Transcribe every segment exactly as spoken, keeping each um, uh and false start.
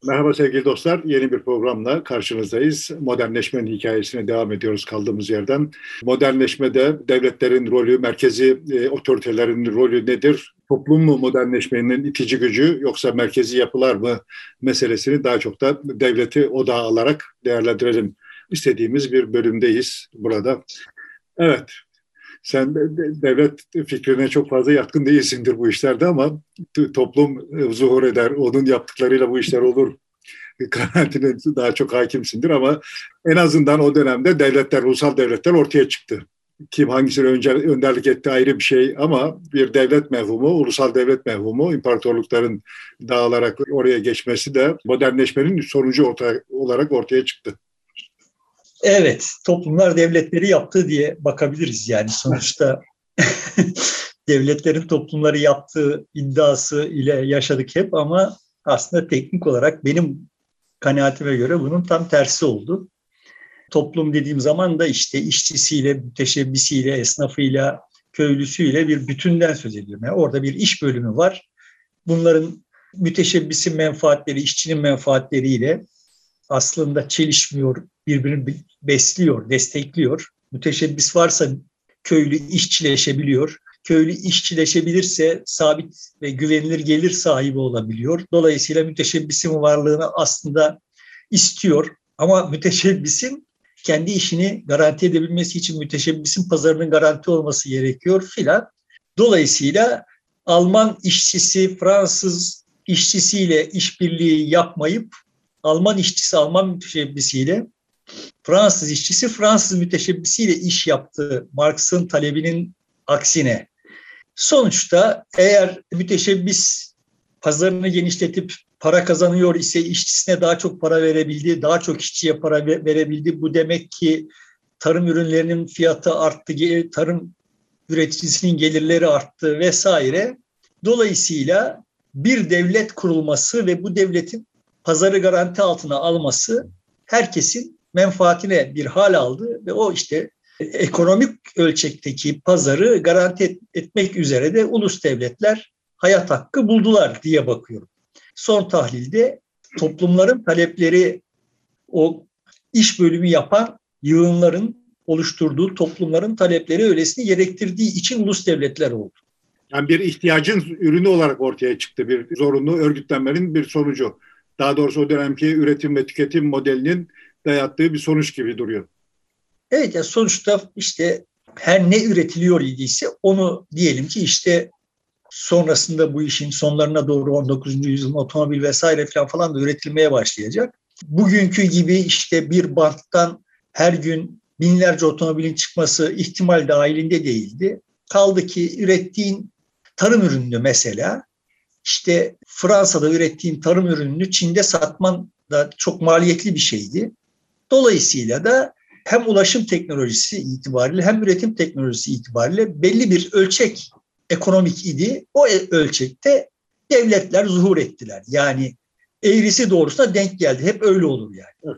Merhaba sevgili dostlar, yeni bir programla karşınızdayız. Modernleşmenin hikayesine devam ediyoruz kaldığımız yerden. Modernleşmede devletlerin rolü, merkezi e, otoritelerin rolü nedir? Toplum mu modernleşmenin itici gücü yoksa merkezi yapılar mı meselesini daha çok da devleti odağa alarak değerlendirelim istediğimiz bir bölümdeyiz burada. Evet. Sen devlet fikrine çok fazla yatkın değilsindir bu işlerde ama toplum zuhur eder, onun yaptıklarıyla bu işler olur kanaatine daha çok hakimsindir ama en azından o dönemde devletler, ulusal devletler ortaya çıktı. Kim hangisine önderlik etti ayrı bir şey ama bir devlet mefhumu, ulusal devlet mefhumu, imparatorlukların dağılarak oraya geçmesi de modernleşmenin sonucu olarak ortaya çıktı. Evet, toplumlar devletleri yaptı diye bakabiliriz yani sonuçta devletlerin toplumları yaptığı iddiası ile yaşadık hep ama aslında teknik olarak benim kanaatime göre bunun tam tersi oldu. Toplum dediğim zaman da işte işçisiyle, müteşebbisiyle, esnafıyla, köylüsüyle bir bütünden söz ediyorum. Yani orada bir iş bölümü var. Bunların müteşebbisin menfaatleri, işçinin menfaatleriyle aslında çelişmiyor, birbirini besliyor, destekliyor. Müteşebbis varsa köylü işçileşebiliyor. Köylü işçileşebilirse sabit ve güvenilir gelir sahibi olabiliyor. Dolayısıyla müteşebbisin varlığını aslında istiyor. Ama müteşebbisin kendi işini garanti edebilmesi için müteşebbisin pazarının garanti olması gerekiyor filan. Dolayısıyla Alman işçisi Fransız işçisiyle işbirliği yapmayıp Alman işçisi Alman müteşebbisiyle, Fransız işçisi Fransız müteşebbisiyle iş yaptığı Marx'ın talebinin aksine. Sonuçta eğer müteşebbis pazarını genişletip para kazanıyor ise işçisine daha çok para verebildi, daha çok işçiye para verebildi. Bu demek ki tarım ürünlerinin fiyatı arttı, tarım üreticisinin gelirleri arttı vesaire. Dolayısıyla bir devlet kurulması ve bu devletin pazarı garanti altına alması herkesin menfaatine bir hal aldı ve o işte ekonomik ölçekteki pazarı garanti et, etmek üzere de ulus devletler hayat hakkı buldular diye bakıyorum. Son tahlilde toplumların talepleri o iş bölümü yapan yığınların oluşturduğu toplumların talepleri öylesine gerektirdiği için ulus devletler oldu. Yani bir ihtiyacın ürünü olarak ortaya çıktı, bir zorunlu örgütlenmenin bir sonucu. Daha doğrusu o dönemki üretim ve tüketim modelinin dayattığı bir sonuç gibi duruyor. Evet, yani sonuçta işte her ne üretiliyor idiyse onu diyelim ki işte sonrasında bu işin sonlarına doğru on dokuzuncu yüzyılın otomobil vesaire falan falan da üretilmeye başlayacak. Bugünkü gibi işte bir banttan her gün binlerce otomobilin çıkması ihtimal dahilinde değildi. Kaldı ki ürettiğin tarım ürünü mesela işte Fransa'da ürettiğin tarım ürününü Çin'de satman da çok maliyetli bir şeydi. Dolayısıyla da hem ulaşım teknolojisi itibariyle hem üretim teknolojisi itibariyle belli bir ölçek ekonomik idi. O ölçekte devletler zuhur ettiler. Yani eğrisi doğrusuna denk geldi. Hep öyle olur yani. Evet.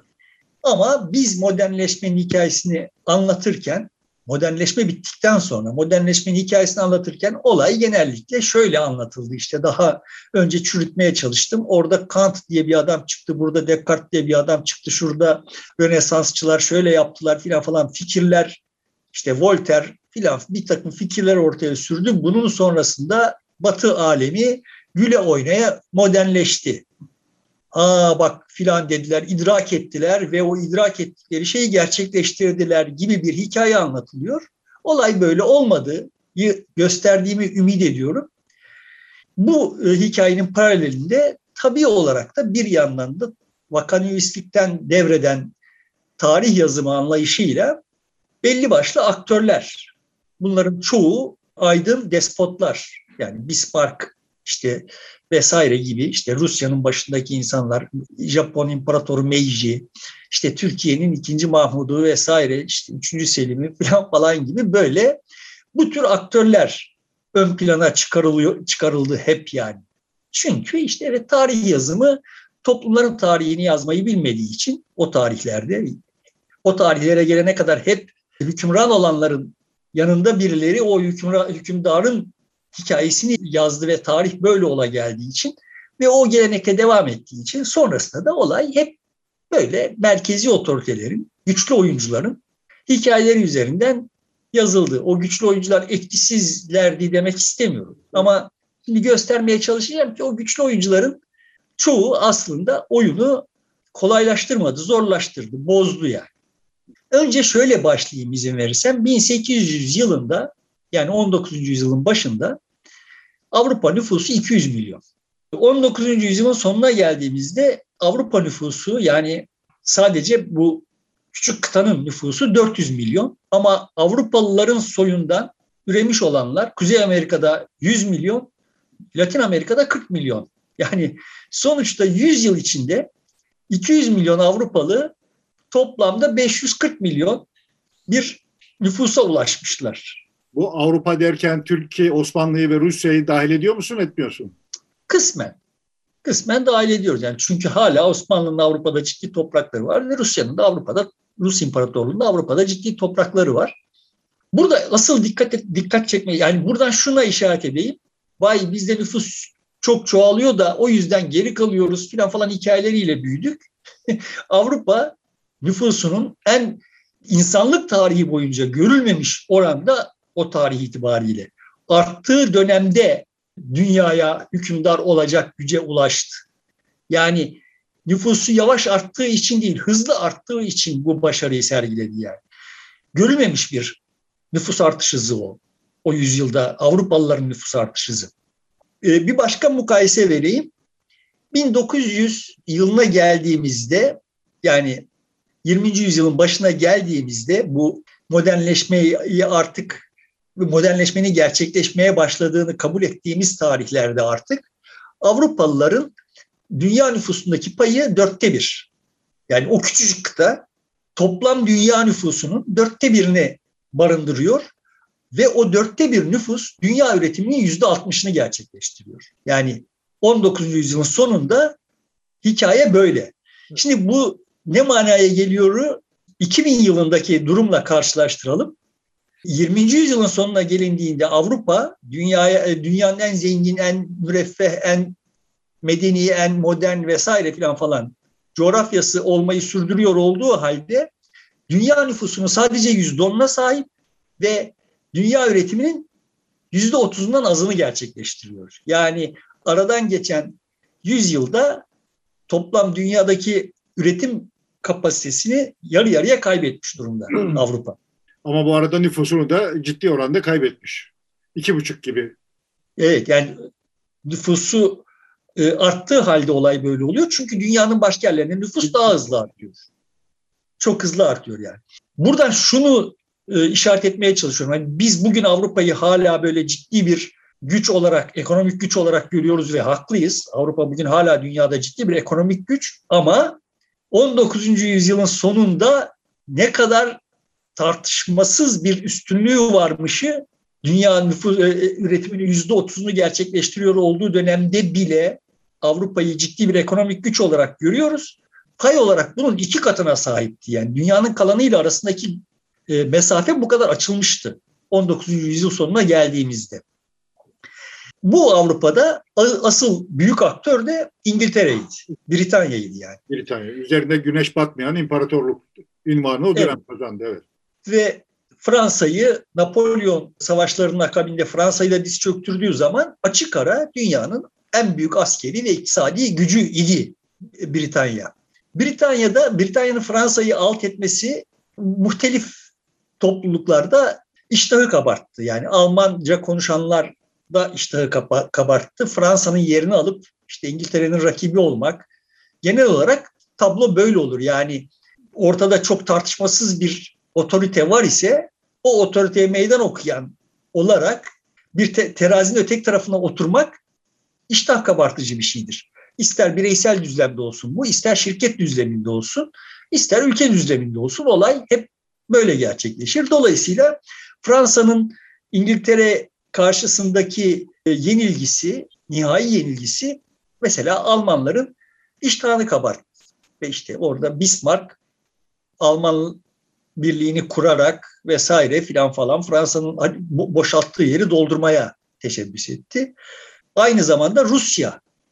Ama biz modernleşmenin hikayesini anlatırken, modernleşme bittikten sonra modernleşmenin hikayesini anlatırken olay genellikle şöyle anlatıldı. İşte daha önce çürütmeye çalıştım. Orada Kant diye bir adam çıktı, burada Descartes diye bir adam çıktı, şurada Rönesansçılar şöyle yaptılar filan falan fikirler, işte Voltaire filan bir takım fikirler ortaya sürdü. Bunun sonrasında Batı alemi güle oynaya modernleşti. Aa bak filan dediler, idrak ettiler ve o idrak ettikleri şeyi gerçekleştirdiler gibi bir hikaye anlatılıyor. Olay böyle olmadığı gösterdiğimi ümit ediyorum. Bu e, hikayenin paralelinde tabii olarak da bir yandan da vakanüvislikten devreden tarih yazımı anlayışıyla belli başlı aktörler. Bunların çoğu aydın despotlar. Yani Bismarck işte vesaire gibi işte Rusya'nın başındaki insanlar, Japon İmparatoru Meiji, işte Türkiye'nin ikinci Mahmud'u vesaire, işte üçüncü Selim'i falan falan gibi böyle bu tür aktörler ön plana çıkarılıyor, çıkarıldı hep yani. Çünkü işte evet tarih yazımı toplumların tarihini yazmayı bilmediği için o tarihlerde, o tarihlere gelene kadar hep hükümran olanların yanında birileri o hükümra, hükümdarın hikayesini yazdı ve tarih böyle ola geldiği için Ve o gelenekte devam ettiği için sonrasında da olay hep böyle merkezi otoritelerin, güçlü oyuncuların hikayeleri üzerinden yazıldı. O güçlü oyuncular etkisizlerdi demek istemiyorum. Ama şimdi göstermeye çalışacağım ki o güçlü oyuncuların çoğu aslında oyunu kolaylaştırmadı, zorlaştırdı, bozdu yani. Önce şöyle başlayayım izin verirsem. bin sekiz yüz yılında, yani on dokuzuncu yüzyılın başında Avrupa nüfusu iki yüz milyon. on dokuzuncu yüzyılın sonuna geldiğimizde Avrupa nüfusu, yani sadece bu küçük kıtanın nüfusu dört yüz milyon. Ama Avrupalıların soyundan üremiş olanlar Kuzey Amerika'da yüz milyon, Latin Amerika'da kırk milyon. Yani sonuçta yüz yıl içinde iki yüz milyon Avrupalı toplamda beş yüz kırk milyon bir nüfusa ulaşmışlar. Bu Avrupa derken Türkiye, Osmanlı'yı ve Rusya'yı dahil ediyor musun, etmiyorsun? Kısmen. Kısmen dahil ediyoruz. Yani çünkü hala Osmanlı'nın Avrupa'da ciddi toprakları var ve Rusya'nın da Avrupa'da, Rus İmparatorluğu'nda Avrupa'da ciddi toprakları var. Burada asıl dikkat dikkat çekmeyi, yani buradan şuna işaret edeyim. Vay bizde nüfus çok çoğalıyor da o yüzden geri kalıyoruz falan falan hikayeleriyle büyüdük. Avrupa nüfusunun en insanlık tarihi boyunca görülmemiş oranda o tarih itibariyle arttığı dönemde dünyaya hükümdar olacak güce ulaştı. Yani nüfusu yavaş arttığı için değil, hızlı arttığı için bu başarıyı sergiledi yani. Görülmemiş bir nüfus artış hızı o. O yüzyılda Avrupalıların nüfus artış hızı. Ee, bir başka mukayese vereyim. bin dokuz yüz yılına geldiğimizde, yani yirminci yüzyılın başına geldiğimizde bu modernleşmeyi artık, modernleşmenin gerçekleşmeye başladığını kabul ettiğimiz tarihlerde artık Avrupalıların dünya nüfusundaki payı dörtte bir. Yani o küçücük kıta toplam dünya nüfusunun dörtte birini barındırıyor ve o dörtte bir nüfus dünya üretiminin yüzde altmışını gerçekleştiriyor. Yani on dokuzuncu yüzyılın sonunda hikaye böyle. Şimdi bu ne manaya geliyor? iki bin yılındaki durumla karşılaştıralım. yirminci yüzyılın sonuna gelindiğinde Avrupa dünyaya, dünyanın en zengin, en müreffeh, en medeni, en modern vesaire filan falan coğrafyası olmayı sürdürüyor olduğu halde dünya nüfusunun sadece yüzde onuna sahip ve dünya üretiminin yüzde otuzundan azını gerçekleştiriyor. Yani aradan geçen yüz yılda toplam dünyadaki üretim kapasitesini yarı yarıya kaybetmiş durumda Avrupa. Ama bu arada nüfusunu da ciddi oranda kaybetmiş. İki buçuk gibi. Evet, yani nüfusu e, arttığı halde olay böyle oluyor. Çünkü dünyanın başka yerlerinde nüfus daha hızlı artıyor. Çok hızlı artıyor yani. Buradan şunu e, işaret etmeye çalışıyorum. Yani biz bugün Avrupa'yı hala böyle ciddi bir güç olarak, ekonomik güç olarak görüyoruz ve haklıyız. Avrupa bugün hala dünyada ciddi bir ekonomik güç ama on dokuzuncu yüzyılın sonunda ne kadar tartışmasız bir üstünlüğü varmışı, dünya nüfus üretiminin yüzde otuzunu gerçekleştiriyor olduğu dönemde bile Avrupa'yı ciddi bir ekonomik güç olarak görüyoruz. Pay olarak bunun iki katına sahipti. Yani dünyanın kalanıyla arasındaki e, mesafe bu kadar açılmıştı on dokuzuncu yüzyıl sonuna geldiğimizde. Bu Avrupa'da asıl büyük aktör de İngiltere'ydi, Britanya'ydı yani. Britanya. Üzerinde güneş batmayan imparatorluk ünvanı o dönem evet. kazandı. Evet. Ve Fransa'yı Napolyon savaşlarının akabinde Fransa'yı da diz çöktürdüğü zaman açık ara dünyanın en büyük askeri ve iktisadi gücü idi Britanya. Britanya'da Britanya'nın Fransa'yı alt etmesi muhtelif topluluklarda iştahı kabarttı. Yani Almanca konuşanlar da iştahı kabarttı. Fransa'nın yerini alıp işte İngiltere'nin rakibi olmak. Genel olarak tablo böyle olur. Yani ortada çok tartışmasız bir otorite var ise o otoriteye meydan okuyan olarak bir te- terazinin öteki tarafına oturmak iştah kabartıcı bir şeydir. İster bireysel düzlemde olsun bu, ister şirket düzleminde olsun, ister ülke düzleminde olsun olay hep böyle gerçekleşir. Dolayısıyla Fransa'nın İngiltere karşısındaki yenilgisi, nihai yenilgisi mesela Almanların iştahını kabarttı. Ve işte orada Bismarck Alman birliğini kurarak vesaire filan falan Fransa'nın boşalttığı yeri doldurmaya teşebbüs etti. Aynı zamanda Rusya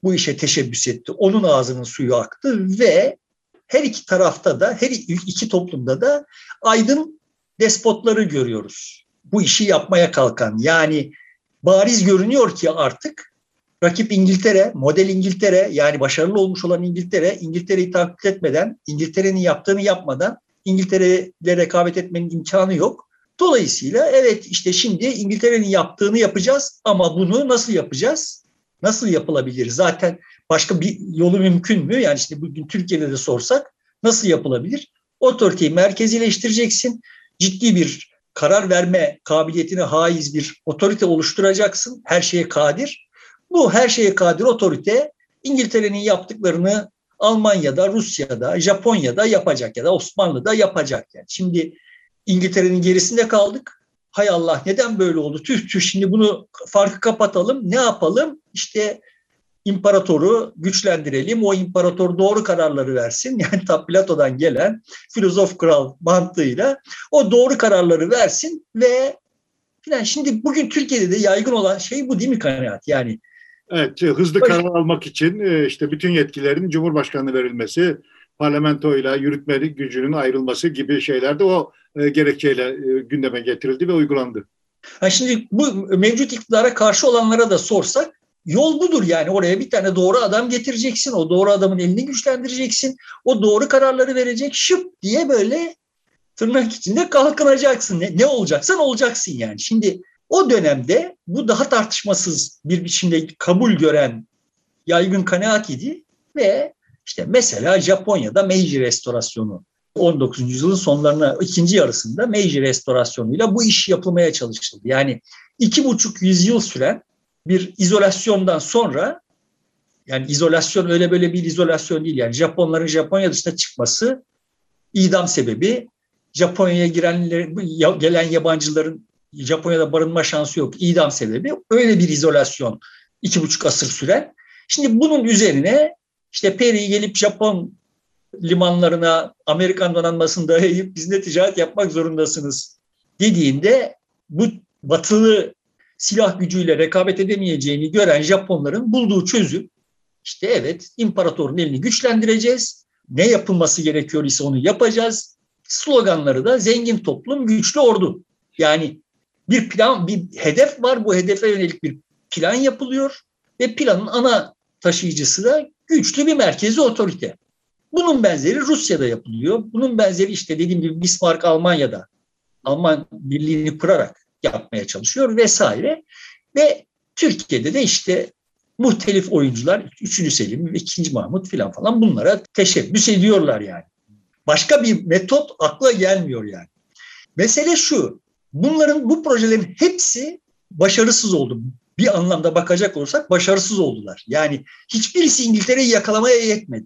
bu işe teşebbüs etti. Onun ağzının suyu aktı ve her iki tarafta da, her iki toplumda da aydın despotları görüyoruz. Bu işi yapmaya kalkan. Yani bariz görünüyor ki artık rakip İngiltere, model İngiltere, yani başarılı olmuş olan İngiltere, İngiltere'yi taklit etmeden, İngiltere'nin yaptığını yapmadan İngiltere ile rekabet etmenin imkanı yok. Dolayısıyla evet, işte şimdi İngiltere'nin yaptığını yapacağız ama bunu nasıl yapacağız? Nasıl yapılabilir? Zaten başka bir yolu mümkün mü? Yani işte bugün Türkiye'de de sorsak nasıl yapılabilir? Otoriteyi merkezileştireceksin. Ciddi bir karar verme kabiliyetine haiz bir otorite oluşturacaksın. Her şeye kadir. Bu her şeye kadir otorite İngiltere'nin yaptıklarını Almanya'da, Rusya'da, Japonya'da yapacak ya da Osmanlı'da yapacak. Yani şimdi İngiltere'nin gerisinde kaldık. Hay Allah, neden böyle oldu? Tüh tüh, şimdi bunu farkı kapatalım. Ne yapalım? İşte imparatoru güçlendirelim. O imparator doğru kararları versin. Yani ta Plato'dan gelen filozof kral mantığıyla o doğru kararları versin ve filan. Şimdi bugün Türkiye'de de yaygın olan şey bu değil mi Kanaat? Yani evet, hızlı Baş... karar almak için işte bütün yetkilerin Cumhurbaşkanı'na verilmesi, parlamentoyla yürütmelik gücünün ayrılması gibi şeyler de o e, gerekçeyle e, gündeme getirildi ve uygulandı. Ha şimdi bu mevcut iktidara karşı olanlara da sorsak yol budur yani. Oraya bir tane doğru adam getireceksin. O doğru adamın elini güçlendireceksin. O doğru kararları verecek, şıp diye böyle tırnak içinde kalkınacaksın. Ne, ne olacaksan olacaksın yani. Şimdi o dönemde bu daha tartışmasız bir biçimde kabul gören yaygın kanaat idi ve işte mesela Japonya'da Meiji Restorasyonu on dokuzuncu yüzyılın sonlarına, ikinci yarısında Meiji Restorasyonuyla bu iş yapılmaya çalışıldı. Yani iki buçuk yüzyıl süren bir izolasyondan sonra, yani izolasyon öyle böyle bir izolasyon değil, yani Japonların Japonya dışına çıkması idam sebebi, Japonya'ya girenlerin, gelen yabancıların Japonya'da barınma şansı yok, idam sebebi, öyle bir izolasyon iki buçuk asır süren. Şimdi bunun üzerine işte Perry gelip Japon limanlarına Amerikan donanmasını dayayıp bizimle ticaret yapmak zorundasınız dediğinde bu batılı silah gücüyle rekabet edemeyeceğini gören Japonların bulduğu çözüm işte evet, imparatorun elini güçlendireceğiz. Ne yapılması gerekiyor ise onu yapacağız. Sloganları da zengin toplum, güçlü ordu. Yani bir plan, bir hedef var. Bu hedefe yönelik bir plan yapılıyor ve planın ana taşıyıcısı da güçlü bir merkezi otorite. Bunun benzeri Rusya'da yapılıyor. Bunun benzeri işte dediğim gibi Bismarck Almanya'da Alman birliğini kurarak yapmaya çalışıyor vesaire. Ve Türkiye'de de işte muhtelif oyuncular, üçüncü Selim ve ikinci Mahmut filan falan bunlara teşebbüs ediyorlar yani. Başka bir metot akla gelmiyor yani. Mesele şu, bunların, bu projelerin hepsi başarısız oldu. Bir anlamda bakacak olursak başarısız oldular. Yani hiçbirisi İngiltere'yi yakalamaya yetmedi.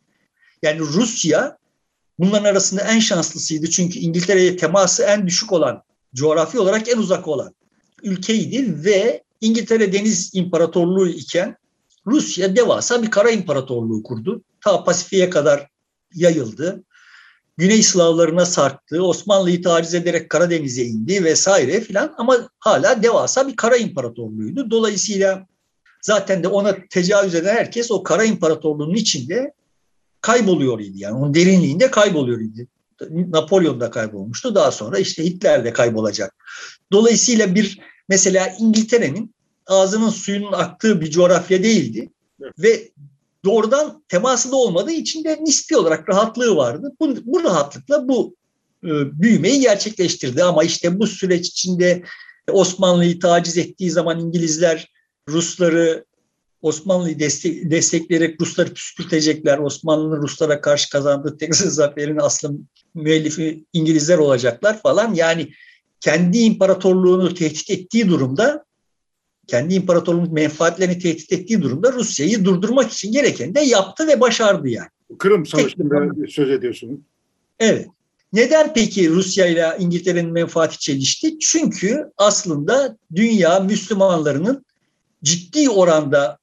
Yani Rusya bunların arasında en şanslısıydı. Çünkü İngiltere'ye teması en düşük olan, coğrafi olarak en uzak olan ülkeydi ve İngiltere Deniz İmparatorluğu iken Rusya devasa bir kara imparatorluğu kurdu. Ta Pasifik'e kadar yayıldı. Güney Slavlarına sarktı. Osmanlı'yı taciz ederek Karadeniz'e indi vesaire filan, ama hala devasa bir kara imparatorluğuydu. Dolayısıyla zaten de ona tecavüz eden herkes o kara imparatorluğunun içinde kayboluyor idi. Yani onun derinliğinde kayboluyor idi. Napolyon da kaybolmuştu. Daha sonra işte Hitler de kaybolacak. Dolayısıyla bir mesela İngiltere'nin ağzının suyunun aktığı bir coğrafya değildi. Evet. Ve doğrudan teması da olmadığı için de nispi olarak rahatlığı vardı. Bu, bu rahatlıkla bu e, büyümeyi gerçekleştirdi. Ama işte bu süreç içinde Osmanlı'yı taciz ettiği zaman İngilizler Rusları, Osmanlı'yı destek, destekleyerek Rusları püskürtecekler. Osmanlı'nın Ruslara karşı kazandığı Texas zaferinin aslı müellifi İngilizler olacaklar falan. Yani kendi imparatorluğunu tehdit ettiği durumda, kendi imparatorluğunun menfaatlerini tehdit ettiği durumda Rusya'yı durdurmak için gerekeni de yaptı ve başardı yani. Kırım Savaşı'nda söz ediyorsunuz. Evet. Neden peki Rusya ile İngiltere'nin menfaati çelişti? Çünkü aslında dünya Müslümanlarının ciddi oranda,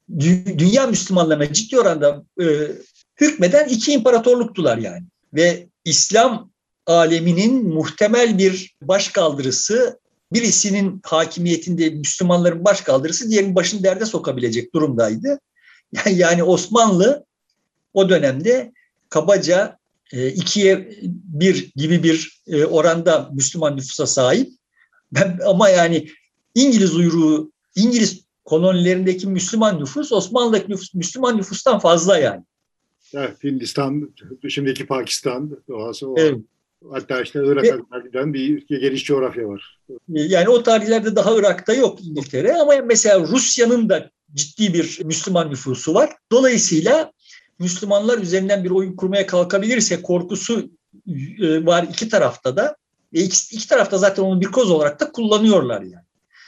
dünya Müslümanlarına ciddi oranda e, hükmeden iki imparatorluktular yani. Ve İslam aleminin muhtemel bir başkaldırısı, birisinin hakimiyetinde Müslümanların başkaldırısı diğerinin başını derde sokabilecek durumdaydı. Yani Osmanlı o dönemde kabaca ikiye bir gibi bir oranda Müslüman nüfusa sahip. Ben, ama yani İngiliz uyruğu, İngiliz kolonilerindeki Müslüman nüfus Osmanlı'daki nüfus, Müslüman nüfustan fazla yani. Evet, Hindistan, şimdiki Pakistan doğası o. Evet. Hatta işte Irak'a giden bir geniş coğrafya var. Yani o tarihlerde daha Irak'ta yok İngiltere ama mesela Rusya'nın da ciddi bir Müslüman nüfusu var. Dolayısıyla Müslümanlar üzerinden bir oyun kurmaya kalkabilirse korkusu var iki tarafta da. E iki, iki tarafta zaten onu bir koz olarak da kullanıyorlar yani.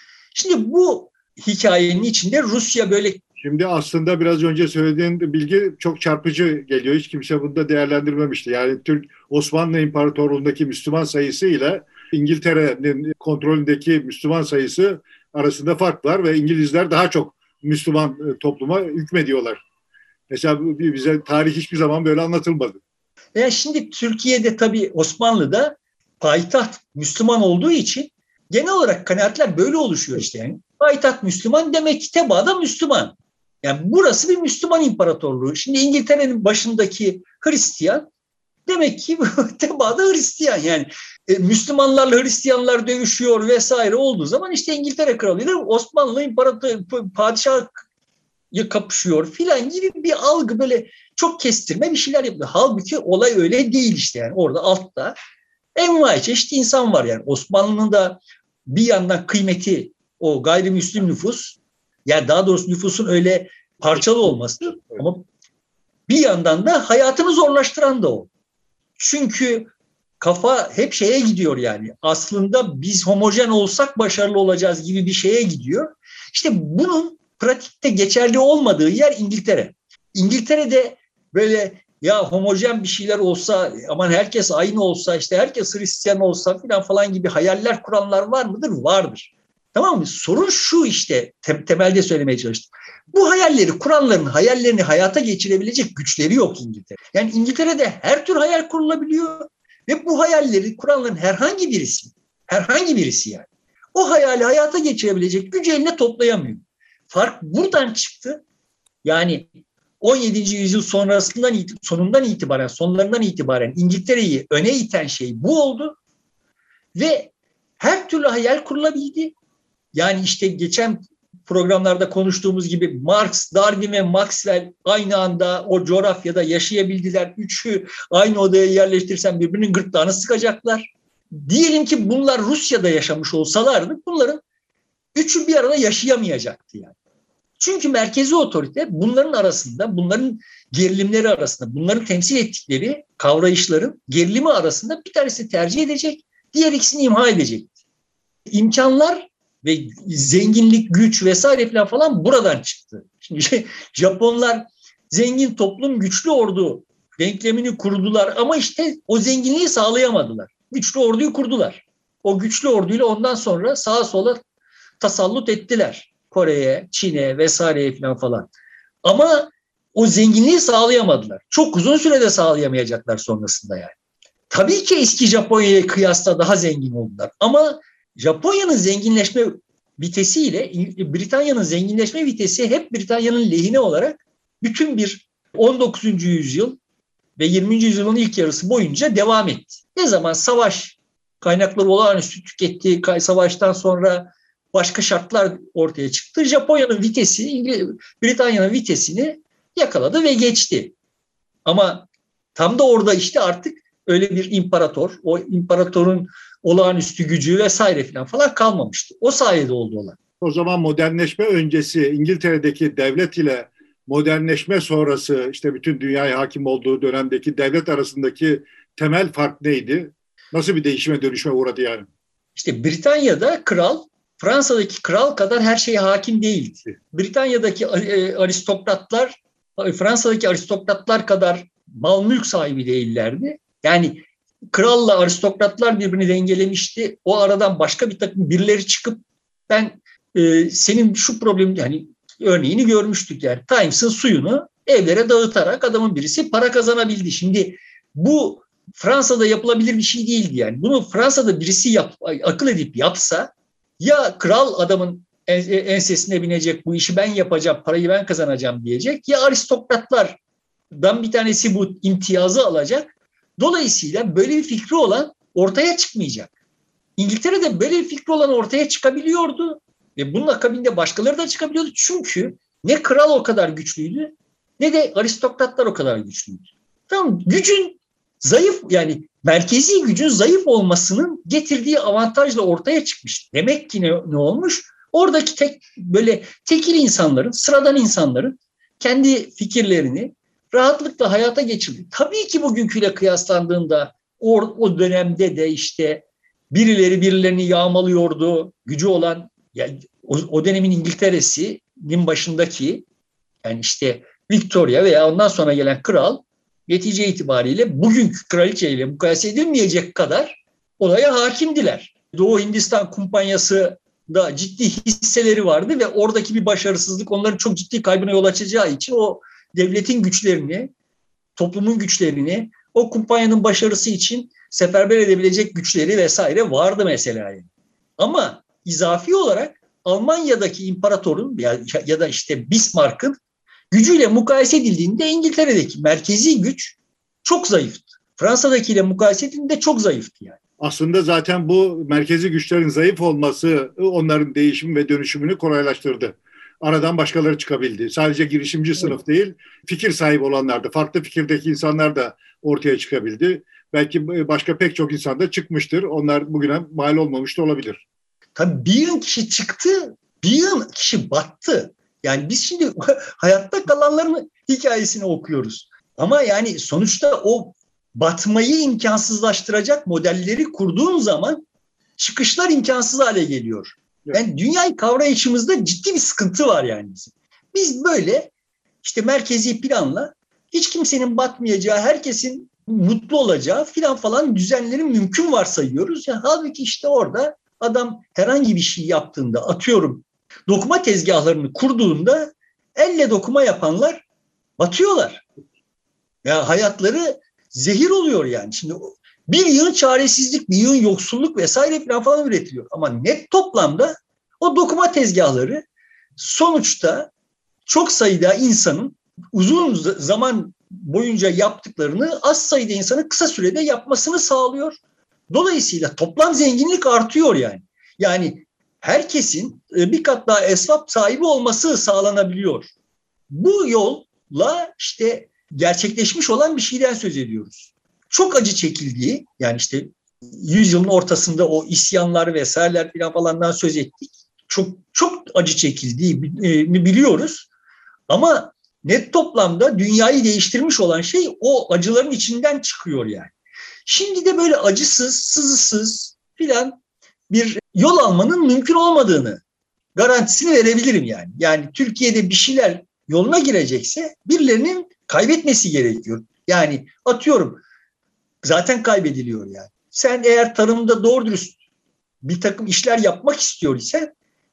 Şimdi bu hikayenin içinde Rusya böyle... Şimdi aslında biraz önce söylediğin bilgi çok çarpıcı geliyor. Hiç kimse bunu da değerlendirmemişti. Yani Türk Osmanlı İmparatorluğu'ndaki Müslüman sayısı ile İngiltere'nin kontrolündeki Müslüman sayısı arasında fark var ve İngilizler daha çok Müslüman topluma hükmediyorlar. Mesela bize tarih hiçbir zaman böyle anlatılmadı. Yani şimdi Türkiye'de tabii Osmanlı'da payitaht Müslüman olduğu için genel olarak kanaatler böyle oluşuyor işte yani. Payitaht Müslüman demek ki tebaada Müslüman. Yani burası bir Müslüman imparatorluğu. Şimdi İngiltere'nin başındaki Hristiyan demek ki tebaada Hristiyan. Yani e, Müslümanlarla Hristiyanlar dövüşüyor vesaire olduğu zaman işte İngiltere kralıyla Osmanlı imparator padişahı kapışıyor filan gibi bir algı, böyle çok kestirme bir şeyler yapıyor. Halbuki olay öyle değil işte yani. Orada altta envai çeşit insan var yani. Osmanlı'nın da bir yandan kıymeti o gayrimüslim nüfus, yani daha doğrusu nüfusun öyle parçalı olması, ama bir yandan da hayatını zorlaştıran da o. Çünkü kafa hep şeye gidiyor yani. Aslında biz homojen olsak başarılı olacağız gibi bir şeye gidiyor. İşte bunun pratikte geçerli olmadığı yer İngiltere. İngiltere'de böyle ya homojen bir şeyler olsa, aman herkes aynı olsa, işte herkes Hristiyan olsa falan falan gibi hayaller kuranlar var mıdır? Vardır. Tamam mı? Sorun şu işte, te- temelde söylemeye çalıştım. Bu hayalleri kuranların hayallerini hayata geçirebilecek güçleri yok İngiltere. Yani İngiltere'de her tür hayal kurulabiliyor ve bu hayalleri kuranların herhangi birisi, herhangi birisi yani, o hayali hayata geçirebilecek gücü eline toplayamıyor. Fark buradan çıktı. Yani on yedinci yüzyıl sonrasından sonundan itibaren, sonlarından itibaren İngiltere'yi öne iten şey bu oldu ve her türlü hayal kurulabildi. Yani işte geçen programlarda konuştuğumuz gibi Marx, Darwin ve Maxwell aynı anda o coğrafyada yaşayabildiler. Üçü aynı odaya yerleştirsem birbirinin gırtlağını sıkacaklar. Diyelim ki bunlar Rusya'da yaşamış olsalardı bunların üçü bir arada yaşayamayacaktı yani. Çünkü merkezi otorite bunların arasında, bunların gerilimleri arasında, bunların temsil ettikleri kavrayışların gerilimi arasında bir tanesi tercih edecek, diğer ikisini imha edecek. İmkanlar ve zenginlik, güç vesaire falan falan buradan çıktı. Şimdi şey, Japonlar zengin toplum, güçlü ordu denklemini kurdular ama işte o zenginliği sağlayamadılar. Güçlü orduyu kurdular. O güçlü orduyla ondan sonra sağa sola tasallut ettiler. Kore'ye, Çin'e vesaireye falan falan. Ama o zenginliği sağlayamadılar. Çok uzun sürede sağlayamayacaklar sonrasında yani. Tabii ki eski Japonya'ya kıyasla daha zengin oldular. Ama Japonya'nın zenginleşme vitesiyle Britanya'nın zenginleşme vitesi hep Britanya'nın lehine olarak bütün bir on dokuzuncu yüzyıl ve yirminci yüzyılın ilk yarısı boyunca devam etti. Ne zaman savaş kaynakları olağanüstü tüketti, savaştan sonra başka şartlar ortaya çıktı. Japonya'nın vitesi, Britanya'nın vitesini yakaladı ve geçti. Ama tam da orada işte artık öyle bir imparator, o imparatorun olağanüstü gücü vesaire falan falan kalmamıştı. O sayede oldu olan. O zaman modernleşme öncesi İngiltere'deki devlet ile modernleşme sonrası işte bütün dünyaya hakim olduğu dönemdeki devlet arasındaki temel fark neydi? Nasıl bir değişime dönüşme uğradı yani? İşte Britanya'da kral Fransa'daki kral kadar her şeye hakim değildi. Britanya'daki aristokratlar Fransa'daki aristokratlar kadar mal mülk sahibi değillerdi. Yani kralla aristokratlar birbirini dengelemişti. O aradan başka bir takım birileri çıkıp ben e, senin şu problemin, yani örneğini görmüştük yani Times'ın suyunu evlere dağıtarak adamın birisi para kazanabildi. Şimdi bu Fransa'da yapılabilir bir şey değildi yani. Bunu Fransa'da birisi yap, akıl edip yapsa, ya kral adamın ensesine binecek, bu işi ben yapacağım, parayı ben kazanacağım diyecek. Ya aristokratlardan bir tanesi bu imtiyazı alacak. Dolayısıyla böyle bir fikri olan ortaya çıkmayacak. İngiltere'de böyle bir fikri olan ortaya çıkabiliyordu. Ve bunun akabinde başkaları da çıkabiliyordu. Çünkü ne kral o kadar güçlüydü ne de aristokratlar o kadar güçlüydü. Tamam, gücün zayıf, yani merkezi gücün zayıf olmasının getirdiği avantajla ortaya çıkmış. Demek ki ne, ne olmuş? Oradaki tek böyle tekil insanların, sıradan insanların kendi fikirlerini rahatlıkla hayata geçirdi. Tabii ki bugünküyle kıyaslandığında o, o dönemde de işte birileri birilerini yağmalıyordu. Gücü olan, yani o, o dönemin İngiltere'sinin başındaki, yani işte Victoria veya ondan sonra gelen kral netice itibariyle bugünkü kraliçeyle mukayese edilmeyecek kadar olaya hakimdiler. Doğu Hindistan Kumpanyası da ciddi hisseleri vardı ve oradaki bir başarısızlık onların çok ciddi kaybına yol açacağı için o devletin güçlerini, toplumun güçlerini, o kumpanyanın başarısı için seferber edebilecek güçleri vesaire vardı mesela. Ama izafi olarak Almanya'daki imparatorun ya, ya da işte Bismarck'ın gücüyle mukayese edildiğinde İngiltere'deki merkezi güç çok zayıftı. Fransa'dakiyle mukayese edildiğinde çok zayıftı yani. Aslında zaten bu merkezi güçlerin zayıf olması onların değişim ve dönüşümünü kolaylaştırdı. Aradan başkaları çıkabildi. Sadece girişimci evet. sınıf değil, fikir sahibi olanlar da, farklı fikirdeki insanlar da ortaya çıkabildi. Belki başka pek çok insan da çıkmıştır. Onlar bugüne mal olmamış da olabilir. Tabii bir yığın kişi çıktı, bir yığın kişi battı. Yani biz şimdi hayatta kalanların hikayesini okuyoruz. Ama yani sonuçta o batmayı imkansızlaştıracak modelleri kurduğun zaman çıkışlar imkansız hale geliyor. Evet. Yani dünyayı kavrayışımızda ciddi bir sıkıntı var yani bizim. Biz böyle işte merkezi planla hiç kimsenin batmayacağı, herkesin mutlu olacağı filan falan düzenlerin mümkün varsayıyoruz. Yani halbuki işte orada adam herhangi bir şey yaptığında, atıyorum dokuma tezgahlarını kurduğunda elle dokuma yapanlar batıyorlar. Ya hayatları zehir oluyor yani. Şimdi bir yığın çaresizlik, bir yığın yoksulluk vesaire falan, falan üretiliyor. Ama net toplamda o dokuma tezgahları sonuçta çok sayıda insanın uzun zaman boyunca yaptıklarını az sayıda insanın kısa sürede yapmasını sağlıyor. Dolayısıyla toplam zenginlik artıyor yani. Yani herkesin bir kat daha esvap sahibi olması sağlanabiliyor. Bu yolla işte gerçekleşmiş olan bir şeyden söz ediyoruz. Çok acı çekildiği, yani işte yüzyılın ortasında o isyanlar vesaireler falan falandan söz ettik. Çok çok acı çekildiğini biliyoruz. Ama net toplamda dünyayı değiştirmiş olan şey o acıların içinden çıkıyor yani. Şimdi de böyle acısız, sızısız filan bir yol almanın mümkün olmadığını garantisini verebilirim yani. Yani Türkiye'de bir şeyler yoluna girecekse birilerinin kaybetmesi gerekiyor. Yani atıyorum zaten kaybediliyor yani. Sen eğer tarımda doğru dürüst bir takım işler yapmak istiyor isen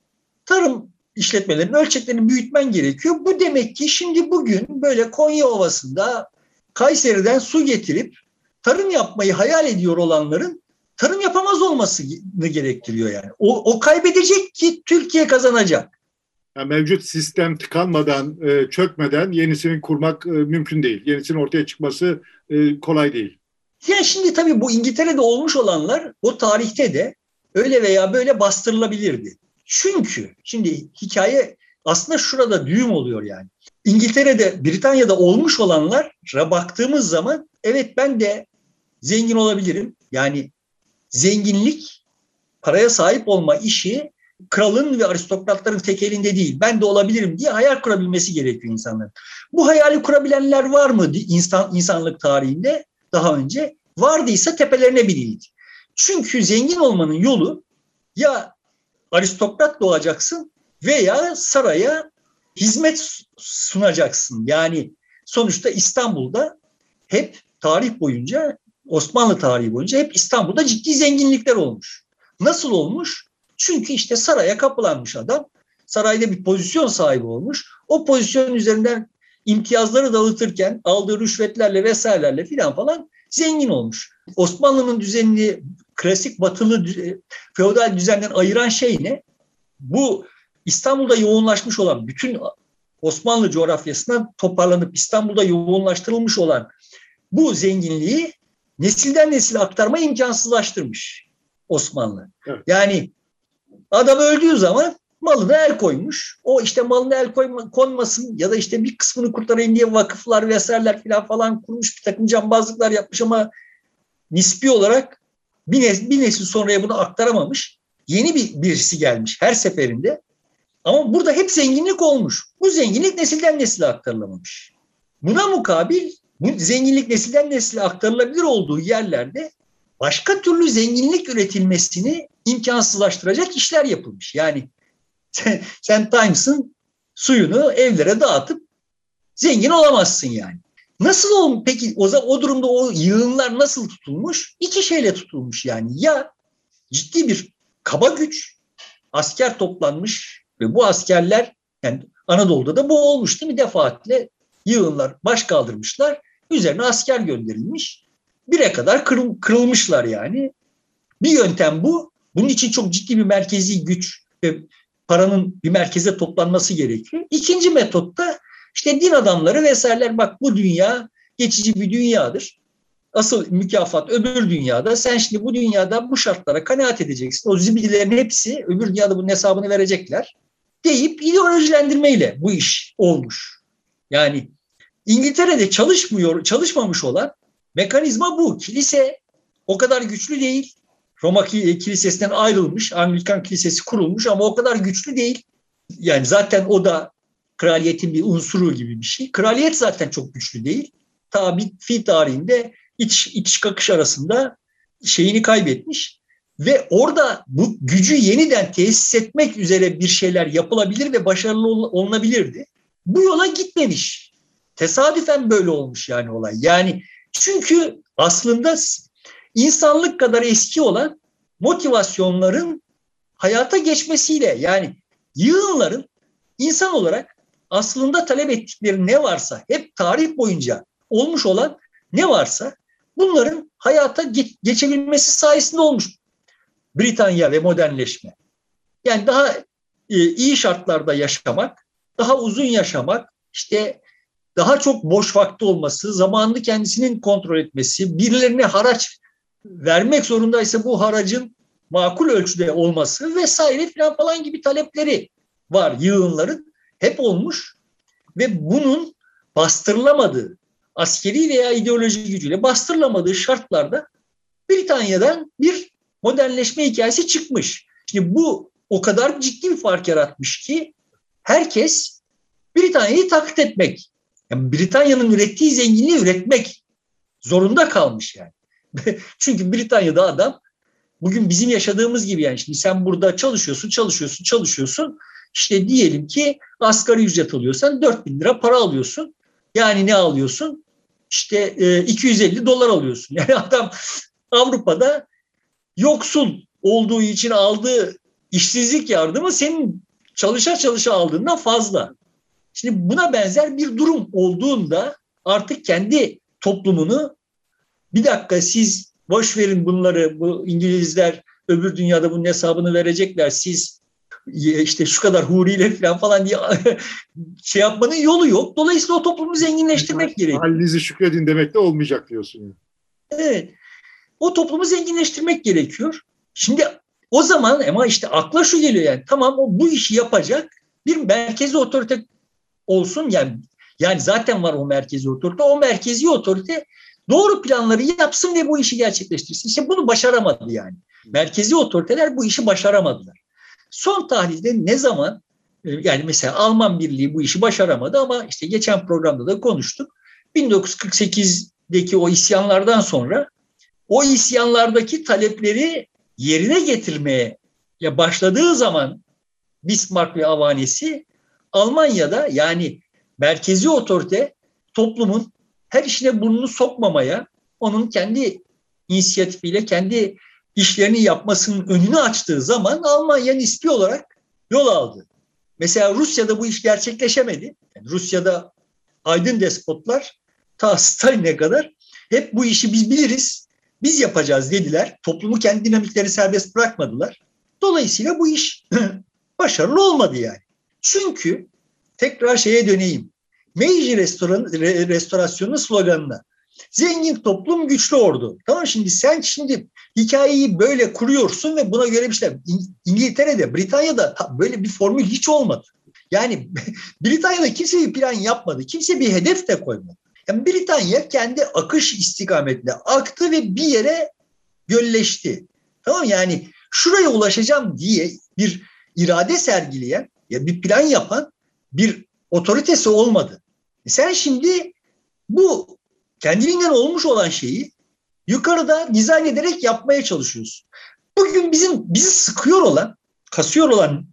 tarım işletmelerinin ölçeklerini büyütmen gerekiyor. Bu demek ki şimdi bugün böyle Konya Ovası'nda Kayseri'den su getirip tarım yapmayı hayal ediyor olanların tarım yapamaz olmasını gerektiriyor yani. O, o kaybedecek ki Türkiye kazanacak. Yani mevcut sistem tıkanmadan, e, çökmeden yenisini kurmak e, mümkün değil. Yenisinin ortaya çıkması e, kolay değil. Yani şimdi tabii bu İngiltere'de olmuş olanlar o tarihte de öyle veya böyle bastırılabilirdi. Çünkü şimdi hikaye aslında şurada düğüm oluyor yani. İngiltere'de, Britanya'da olmuş olanlara baktığımız zaman evet ben de zengin olabilirim. Yani zenginlik, paraya sahip olma işi kralın ve aristokratların tek elinde değil. Ben de olabilirim diye hayal kurabilmesi gerekiyor insanların. Bu hayali kurabilenler var mı insan, insanlık tarihinde daha önce? Vardıysa tepelerine binildi. Çünkü zengin olmanın yolu ya aristokrat doğacaksın veya saraya hizmet sunacaksın. Yani sonuçta İstanbul'da hep tarih boyunca, Osmanlı tarihi boyunca hep İstanbul'da ciddi zenginlikler olmuş. Nasıl olmuş? Çünkü işte saraya kapılanmış adam, sarayda bir pozisyon sahibi olmuş. O pozisyonun üzerinden imtiyazları dağıtırken aldığı rüşvetlerle vesairelerle filan falan zengin olmuş. Osmanlı'nın düzenini klasik batılı feodal düzenden ayıran şey ne? Bu İstanbul'da yoğunlaşmış olan, bütün Osmanlı coğrafyasından toparlanıp İstanbul'da yoğunlaştırılmış olan bu zenginliği nesilden nesile aktarma imkansızlaştırmış Osmanlı. Evet. Yani adam öldüğü zaman malına el koymuş. O işte malına el koyma, konmasın ya da işte bir kısmını kurtarayım diye vakıflar vesaireler falan falan kurmuş, bir takım cambazlıklar yapmış ama nispi olarak bir nesil, bir nesil sonraya bunu aktaramamış. Yeni bir birisi gelmiş her seferinde. Ama burada hep zenginlik olmuş. Bu zenginlik nesilden nesile aktarılamamış. Buna mukabil bu zenginlik nesilden nesile aktarılabilir olduğu yerlerde başka türlü zenginlik üretilmesini imkansızlaştıracak işler yapılmış. Yani sen, sen Times'ın suyunu evlere dağıtıp zengin olamazsın yani. Nasıl olmuş peki o, o durumda o yığınlar nasıl tutulmuş? İki şeyle tutulmuş yani. Ya ciddi bir kaba güç, asker toplanmış ve bu askerler, yani Anadolu'da da bu olmuş değil mi? Defaatle yığınlar baş kaldırmışlar, üzerine asker gönderilmiş. Bire kadar kırıl, kırılmışlar yani. Bir yöntem bu. Bunun için çok ciddi bir merkezi güç ve paranın bir merkeze toplanması gerekiyor. İkinci metot da işte din adamları vesaireler, bak bu dünya geçici bir dünyadır. Asıl mükafat öbür dünyada. Sen şimdi bu dünyada bu şartlara kanaat edeceksin. O zibidilerin hepsi öbür dünyada bunun hesabını verecekler deyip ideolojilendirmeyle bu iş olmuş. Yani İngiltere'de çalışmıyor, çalışmamış olan mekanizma bu. Kilise o kadar güçlü değil. Roma kilisesinden ayrılmış, Anglikan kilisesi kurulmuş ama o kadar güçlü değil. Yani zaten o da kraliyetin bir unsuru gibi bir şey. Kraliyet zaten çok güçlü değil. Ta bir fi tarihinde iç, iç kakış arasında şeyini kaybetmiş. Ve orada bu gücü yeniden tesis etmek üzere bir şeyler yapılabilir ve başarılı olunabilirdi. Bu yola gitmemiş. Tesadüfen böyle olmuş yani olay. Yani çünkü aslında insanlık kadar eski olan motivasyonların hayata geçmesiyle, yani yığınların insan olarak aslında talep ettikleri ne varsa, hep tarih boyunca olmuş olan ne varsa bunların hayata geçebilmesi sayesinde olmuş Britanya ve modernleşme. Yani daha e, iyi şartlarda yaşamak, daha uzun yaşamak, işte daha çok boş vakti olması, zamanını kendisinin kontrol etmesi, birilerine haraç vermek zorundaysa bu haracın makul ölçüde olması vesaire falan falan gibi talepleri var yığınların. Hep olmuş ve bunun bastırılamadığı, askeri veya ideoloji gücüyle bastırılamadığı şartlarda Britanya'dan bir modernleşme hikayesi çıkmış. Şimdi bu o kadar ciddi bir fark yaratmış ki herkes Britanya'yı taklit etmek, yani Britanya'nın ürettiği zenginliği üretmek zorunda kalmış yani. Çünkü Britanya'da adam bugün bizim yaşadığımız gibi, yani şimdi sen burada çalışıyorsun, çalışıyorsun, çalışıyorsun. İşte diyelim ki asgari ücret alıyorsan dört bin lira para alıyorsun. Yani ne alıyorsun? İşte e, iki yüz elli dolar alıyorsun. Yani adam Avrupa'da yoksul olduğu için aldığı işsizlik yardımı senin çalışa çalışa aldığından fazla. Şimdi buna benzer bir durum olduğunda artık kendi toplumunu, bir dakika siz boş verin bunları, bu İngilizler öbür dünyada bunun hesabını verecekler, siz işte şu kadar huriyle falan falan diye şey yapmanın yolu yok. Dolayısıyla o toplumu zenginleştirmek yani, gerekiyor. Halinizi şükredin demek de olmayacak diyorsun. Yani. Evet. O toplumu zenginleştirmek gerekiyor. Şimdi o zaman ama işte akla şu geliyor, yani tamam o bu işi yapacak bir merkezi otorite olsun, yani yani zaten var o merkezi otorite. O merkezi otorite doğru planları yapsın ve bu işi gerçekleştirsin. İşte bunu başaramadı yani. Merkezi otoriteler bu işi başaramadılar. Son tahlilde ne zaman, yani mesela Alman Birliği bu işi başaramadı ama işte geçen programda da konuştuk. bin dokuz yüz kırk sekizdeki o isyanlardan sonra o isyanlardaki talepleri yerine getirmeye ya başladığı zaman Bismarck ve avanesi Almanya'da, yani merkezi otorite toplumun her işine burnunu sokmamaya, onun kendi inisiyatifiyle kendi işlerini yapmasının önünü açtığı zaman Almanya nispi olarak yol aldı. Mesela Rusya'da bu iş gerçekleşemedi. Yani Rusya'da aydın despotlar ta Stalin'e kadar hep bu işi biz biliriz, biz yapacağız dediler. Toplumu kendi dinamikleri serbest bırakmadılar. Dolayısıyla bu iş Başarılı olmadı yani. Çünkü tekrar şeye döneyim. Meiji restoran, re, restorasyonun sloganına. Zengin toplum, güçlü ordu. Tamam, şimdi sen şimdi hikayeyi böyle kuruyorsun ve buna göre bir şeyler. İngiltere'de, Britanya'da böyle bir formül hiç olmadı. Yani Britanya'da kimse bir plan yapmadı. Kimse bir hedef de koymadı. Yani Britanya kendi akış istikametinde aktı ve bir yere gölleşti. Tamam, yani şuraya ulaşacağım diye bir irade sergileyen, ya bir plan yapan bir otoritesi olmadı. Sen şimdi bu kendiliğinden olmuş olan şeyi yukarıda dizayn ederek yapmaya çalışıyorsun. Bugün bizim bizi sıkıyor olan, kasıyor olan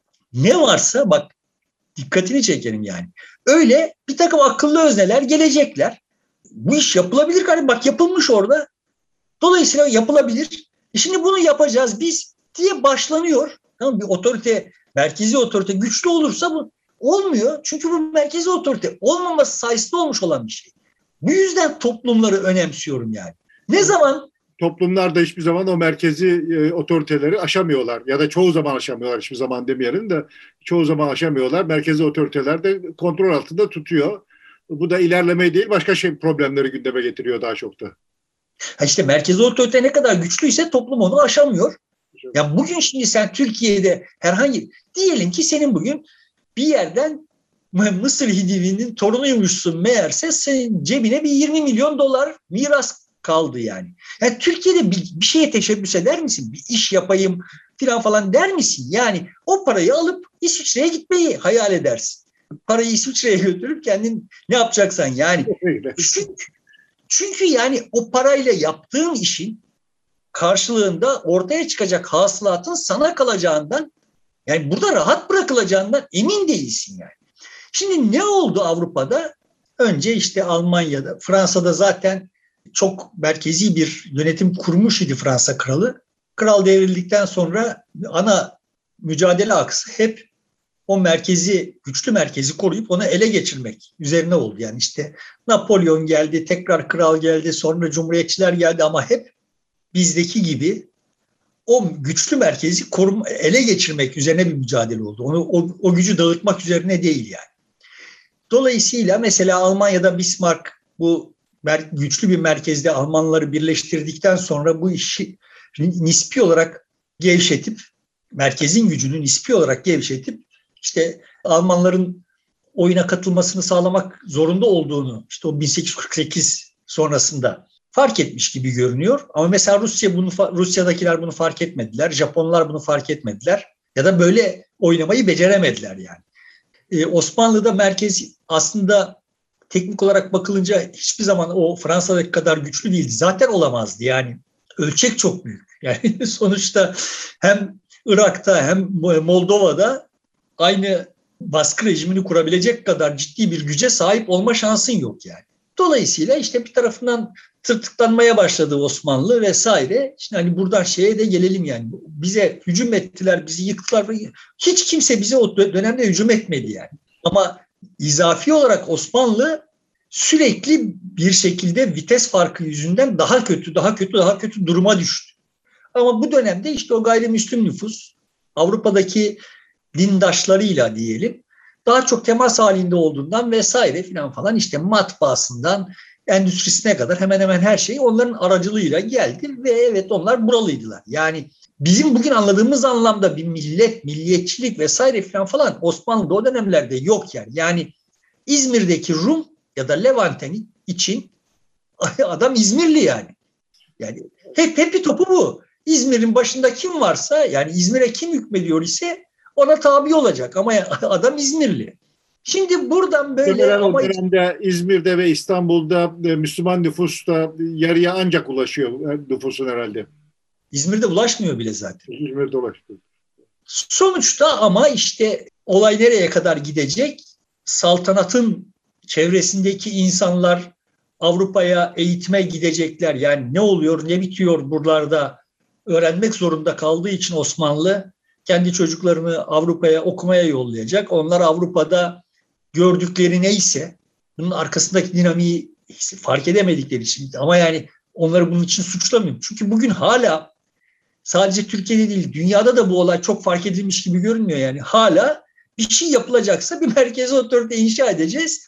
ne varsa bak, dikkatini çekelim yani. Öyle bir takım akıllı özneler gelecekler. Bu iş yapılabilir kardeşim. Bak, yapılmış orada. Dolayısıyla yapılabilir. E şimdi bunu yapacağız biz diye başlanıyor. Tamam, bir otorite, merkezi otorite güçlü olursa bu olmuyor. Çünkü bu merkezi otorite olmaması sayesinde olmuş olan bir şey. Bu yüzden toplumları önemsiyorum yani. Ne zaman? Toplumlar da hiçbir zaman o merkezi e, otoriteleri aşamıyorlar. Ya da çoğu zaman aşamıyorlar. Hiçbir zaman demeyelim de çoğu zaman aşamıyorlar. Merkezi otoriteler de kontrol altında tutuyor. Bu da ilerlemeyi değil, başka şey problemleri gündeme getiriyor daha çok da. Ha işte merkezi otorite ne kadar güçlüyse toplum onu aşamıyor. Ya bugün şimdi sen Türkiye'de herhangi, diyelim ki senin bugün bir yerden Mısır Hidivi'nin torunuymuşsun meğerse, senin cebine bir yirmi milyon dolar miras kaldı yani. Yani Türkiye'de bir, bir şeye teşebbüs eder misin? Bir iş yapayım falan falan der misin? Yani o parayı alıp İsviçre'ye gitmeyi hayal edersin. Parayı İsviçre'ye götürüp kendin ne yapacaksan yani. Çünkü, çünkü yani o parayla yaptığın işin karşılığında ortaya çıkacak hasılatın sana kalacağından, yani burada rahat bırakılacağından emin değilsin yani. Şimdi ne oldu Avrupa'da? Önce işte Almanya'da, Fransa'da zaten çok merkezi bir yönetim kurmuş idi Fransa kralı. Kral devrildikten sonra ana mücadele aksı hep o merkezi, güçlü merkezi koruyup onu ele geçirmek üzerine oldu. Yani işte Napolyon geldi, tekrar kral geldi, sonra cumhuriyetçiler geldi ama hep bizdeki gibi o güçlü merkezi koruma, ele geçirmek üzerine bir mücadele oldu. Onu o, o gücü dağıtmak üzerine değil yani. Dolayısıyla mesela Almanya'da Bismarck bu güçlü bir merkezde Almanları birleştirdikten sonra bu işi nispi olarak gevşetip, merkezin gücünü nispi olarak gevşetip işte Almanların oyuna katılmasını sağlamak zorunda olduğunu işte o bin sekiz yüz kırk sekiz sonrasında fark etmiş gibi görünüyor. Ama mesela Rusya bunu, Rusya'dakiler bunu fark etmediler. Japonlar bunu fark etmediler. Ya da böyle oynamayı beceremediler yani. Ee, Osmanlı'da merkez aslında teknik olarak bakılınca hiçbir zaman o Fransa'daki kadar güçlü değildi. Zaten olamazdı yani. Ölçek çok büyük. Yani sonuçta hem Irak'ta hem Moldova'da aynı baskı rejimini kurabilecek kadar ciddi bir güce sahip olma şansın yok yani. Dolayısıyla işte bir tarafından tırtıklanmaya başladı Osmanlı vesaire. Şimdi hani buradan şeye de gelelim yani. Bize hücum ettiler, bizi yıktılar. Hiç kimse bize o dönemde hücum etmedi yani. Ama izafi olarak Osmanlı sürekli bir şekilde vites farkı yüzünden daha kötü, daha kötü, daha kötü duruma düştü. Ama bu dönemde işte o gayrimüslim nüfus Avrupa'daki dindaşlarıyla diyelim daha çok temas halinde olduğundan vesaire filan falan işte matbaasından endüstrisine kadar hemen hemen her şey onların aracılığıyla geldi ve evet onlar buralıydılar. Yani bizim bugün anladığımız anlamda bir millet, milliyetçilik vesaire filan falan Osmanlı'da o dönemlerde yok yani. Yani İzmir'deki Rum ya da Levanten için adam İzmirli yani. Yani hep hepi topu bu. İzmir'in başında kim varsa yani İzmir'e kim hükmediyor ise ona tabi olacak ama adam İzmirli. Şimdi buradan böyle Muhtemelen ama... o dönemde İzmir'de ve İstanbul'da Müslüman nüfus da yarıya ancak ulaşıyor nüfusun herhalde. İzmir'de ulaşmıyor bile zaten. İzmir'de ulaşıyor. Sonuçta ama işte olay nereye kadar gidecek? Saltanatın çevresindeki insanlar Avrupa'ya eğitime gidecekler. Yani ne oluyor, ne bitiyor buralarda öğrenmek zorunda kaldığı için Osmanlı kendi çocuklarını Avrupa'ya okumaya yollayacak. Onlar Avrupa'da gördükleri neyse bunun arkasındaki dinamiği fark edemedikleri için ama yani onları bunun için suçlamıyorum. Çünkü bugün hala sadece Türkiye'de değil, dünyada da bu olay çok fark edilmiş gibi görünmüyor yani. Hala bir şey yapılacaksa bir merkezi otorite inşa edeceğiz.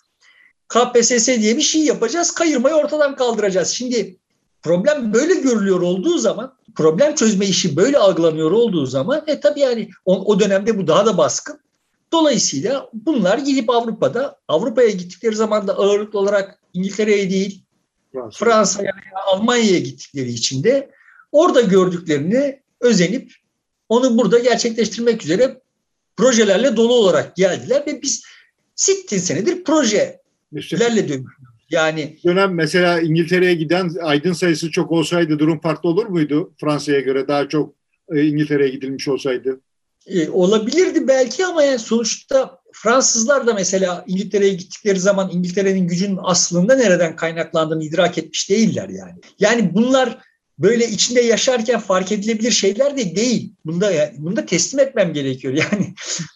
K P S S diye bir şey yapacağız, kayırmayı ortadan kaldıracağız. Şimdi problem böyle görülüyor olduğu zaman, problem çözme işi böyle algılanıyor olduğu zaman, e tabii yani o, o dönemde bu daha da baskın. Dolayısıyla bunlar gidip Avrupa'da, Avrupa'ya gittikleri zaman da ağırlıklı olarak İngiltere'ye değil, Fransa. Fransa'ya veya Almanya'ya gittikleri için de orada gördüklerini özenip onu burada gerçekleştirmek üzere projelerle dolu olarak geldiler ve biz sittin senedir projelerle dönüyoruz. Yani dönem mesela İngiltere'ye giden aydın sayısı çok olsaydı durum farklı olur muydu? Fransa'ya göre daha çok e, İngiltere'ye gidilmiş olsaydı. E, olabilirdi belki ama yani sonuçta Fransızlar da mesela İngiltere'ye gittikleri zaman İngiltere'nin gücünün aslında nereden kaynaklandığını idrak etmiş değiller yani. Yani bunlar böyle içinde yaşarken fark edilebilir şeyler de değil. Bunda yani, bunda teslim etmem gerekiyor yani.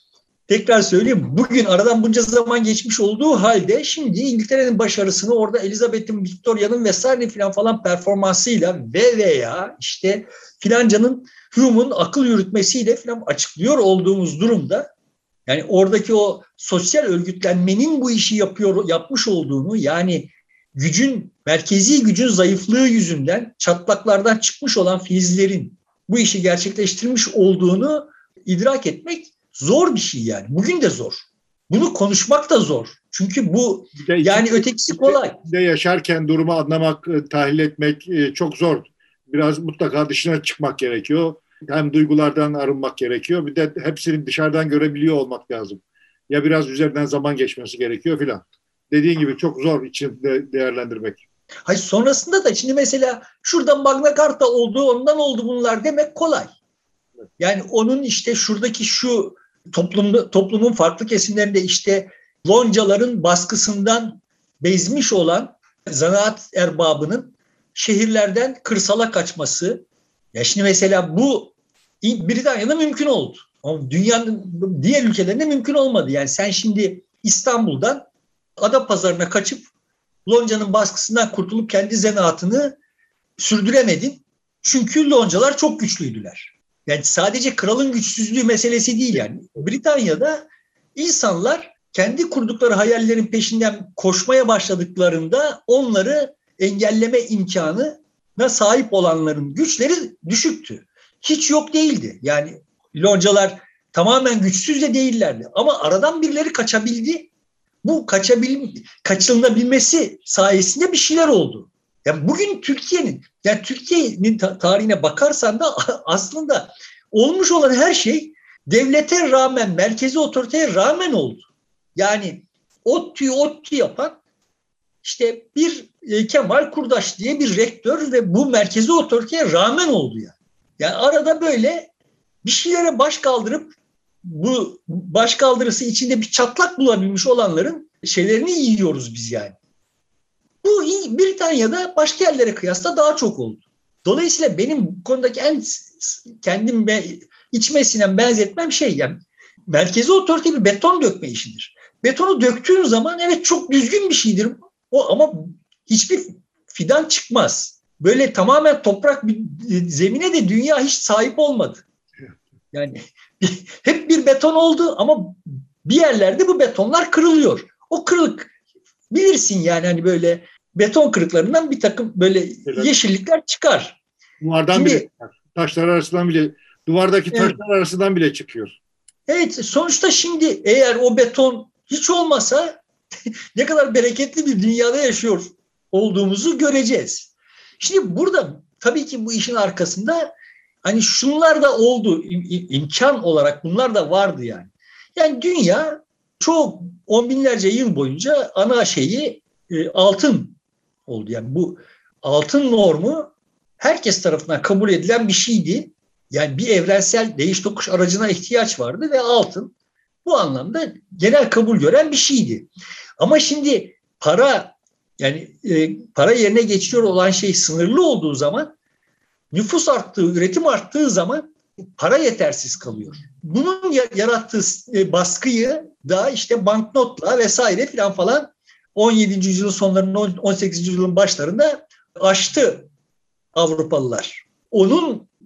Tekrar söyleyeyim, bugün aradan bunca zaman geçmiş olduğu halde şimdi İngiltere'nin başarısını orada Elizabeth'in, Victoria'nın vesaire filan falan performansıyla ve veya işte filancanın, Hume'un akıl yürütmesiyle filan açıklıyor olduğumuz durumda, yani oradaki o sosyal örgütlenmenin bu işi yapıyor, yapmış olduğunu, yani gücün, merkezi gücün zayıflığı yüzünden çatlaklardan çıkmış olan filizlerin bu işi gerçekleştirmiş olduğunu idrak etmek zor bir şey yani. Bugün de zor. Bunu konuşmak da zor. Çünkü bu de, yani içinde, ötekisi kolay. De yaşarken durumu anlamak, tahlil etmek çok zor. Biraz mutlaka dışına çıkmak gerekiyor. Hem duygulardan arınmak gerekiyor. Bir de hepsini dışarıdan görebiliyor olmak lazım. Ya biraz üzerinden zaman geçmesi gerekiyor filan. Dediğin gibi çok zor içinde değerlendirmek. Hayır, sonrasında da şimdi mesela şuradan Magna Carta oldu, ondan oldu bunlar demek kolay. Yani onun işte şuradaki şu toplumda, toplumun farklı kesimlerinde işte loncaların baskısından bezmiş olan zanaat erbabının şehirlerden kırsala kaçması. Ya şimdi mesela bu Britanya'da mümkün oldu. Ama dünyanın diğer ülkelerinde mümkün olmadı. Yani sen şimdi İstanbul'dan Adapazarı'na kaçıp loncanın baskısından kurtulup kendi zanaatını sürdüremedin. Çünkü loncalar çok güçlüydüler. Yani sadece kralın güçsüzlüğü meselesi değil yani. Britanya'da insanlar kendi kurdukları hayallerin peşinden koşmaya başladıklarında onları engelleme imkanına sahip olanların güçleri düşüktü. Hiç yok değildi. Yani loncalar tamamen güçsüz de değillerdi. Ama aradan birileri kaçabildi. Bu kaçabil, kaçınılabilmesi sayesinde bir şeyler oldu. Yani bugün Türkiye'nin, yani Türkiye'nin tarihine bakarsan da aslında olmuş olan her şey devlete rağmen, merkezi otoriteye rağmen oldu. Yani ODTÜ'yü ODTÜ yapan işte bir Kemal Kurdaş diye bir rektör ve bu merkezi otoriteye rağmen oldu yani. Yani arada böyle bir şeylere baş kaldırıp bu baş kaldırısı içinde bir çatlak bulabilmiş olanların şeylerini yiyoruz biz yani. Bu Britanya'da başka yerlere kıyasla daha çok oldu. Dolayısıyla benim bu konudaki en kendim içime sinen benzetmem şey yani merkezi otorite bir beton dökme işidir. Betonu döktüğün zaman evet çok düzgün bir şeydir o ama hiçbir fidan çıkmaz. Böyle tamamen toprak bir zemine de dünya hiç sahip olmadı. Yani hep bir beton oldu ama bir yerlerde bu betonlar kırılıyor. O kırık bilirsin yani hani böyle beton kırıklarından bir takım böyle evet. yeşillikler çıkar. Duvardan Şimdi, bile çıkar. Taşlar arasından bile, duvardaki taşlar evet. arasından bile çıkıyor. Evet, sonuçta şimdi eğer o beton hiç olmasa ne kadar bereketli bir dünyada yaşıyor olduğumuzu göreceğiz. Şimdi burada tabii ki bu işin arkasında hani şunlar da oldu, imkan olarak bunlar da vardı yani. Yani dünya çok on binlerce yıl boyunca ana şeyi e, altın oldu. Yani bu altın normu herkes tarafından kabul edilen bir şeydi. Yani bir evrensel değiş tokuş aracına ihtiyaç vardı ve altın bu anlamda genel kabul gören bir şeydi. Ama şimdi para yani e, para yerine geçiyor olan şey sınırlı olduğu zaman nüfus arttığı, üretim arttığı zaman para yetersiz kalıyor. Bunun yarattığı baskıyı da işte banknotla vesaire filan falan on yedinci yüzyılın sonlarında on sekizinci yüzyılın başlarında aştı Avrupalılar. Onun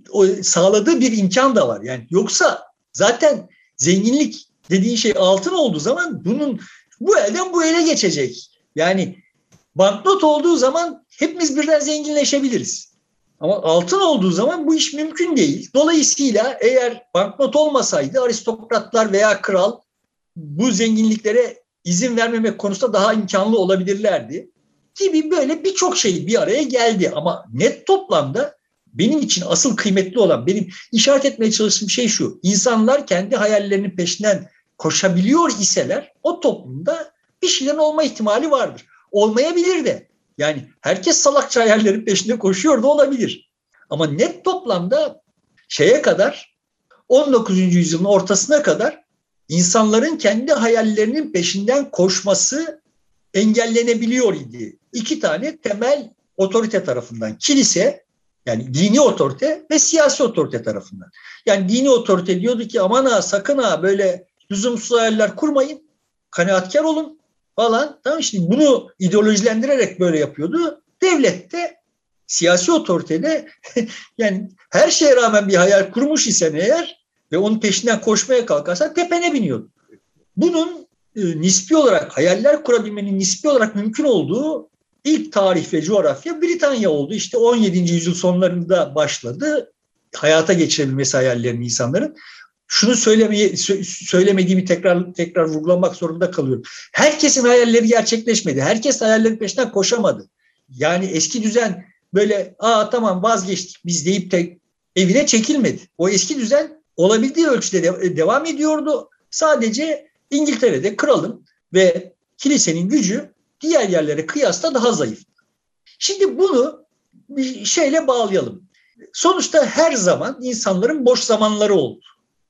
o sağladığı bir imkan da var. Yani yoksa zaten zenginlik dediğin şey altın olduğu zaman bunun bu elden bu ele geçecek. Yani banknot olduğu zaman hepimiz birden zenginleşebiliriz. Ama altın olduğu zaman bu iş mümkün değil. Dolayısıyla eğer banknot olmasaydı aristokratlar veya kral bu zenginliklere izin vermemek konusunda daha imkanlı olabilirlerdi. Gibi böyle birçok şey bir araya geldi. Ama net toplamda benim için asıl kıymetli olan, benim işaret etmeye çalıştığım şey şu: İnsanlar kendi hayallerinin peşinden koşabiliyor iseler o toplumda bir şeylerin olma ihtimali vardır. Olmayabilir de. Yani herkes salakça hayallerin peşinde koşuyor da olabilir. Ama net toplamda şeye kadar, on dokuzuncu yüzyılın ortasına kadar insanların kendi hayallerinin peşinden koşması engellenebiliyor idi. İki tane temel otorite tarafından. Kilise, yani dini otorite ve siyasi otorite tarafından. Yani dini otorite diyordu ki aman ha sakın ha böyle lüzumsuz hayaller kurmayın, kanaatkar olun falan. Tamam, şimdi bunu ideolojilendirerek böyle yapıyordu. Devlet de, siyasi otoritede yani her şeye rağmen bir hayal kurmuş isen eğer ve onun peşinden koşmaya kalkarsan tepene biniyordu. Bunun e, nispi olarak, hayaller kurabilmenin nispi olarak mümkün olduğu ilk tarih ve coğrafya Britanya oldu. İşte on yedinci yüzyıl sonlarında başladı hayata geçirebilmesi hayallerini insanların. Şunu söylemeye, söylemediğimi tekrar tekrar vurgulamak zorunda kalıyorum. Herkesin hayalleri gerçekleşmedi. Herkes hayallerin peşinden koşamadı. Yani eski düzen böyle aa tamam vazgeçtik biz deyip de evine çekilmedi. O eski düzen olabildiği ölçüde de, devam ediyordu. Sadece İngiltere'de kralın ve kilisenin gücü diğer yerlere kıyasla daha zayıf. Şimdi bunu bir şeyle bağlayalım. Sonuçta her zaman insanların boş zamanları oldu.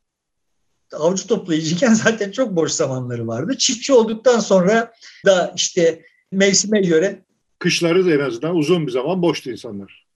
Avcı toplayıcıyken zaten çok boş zamanları vardı. Çiftçi olduktan sonra da işte mevsime göre kışları da en azından uzun bir zaman boştu insanlar.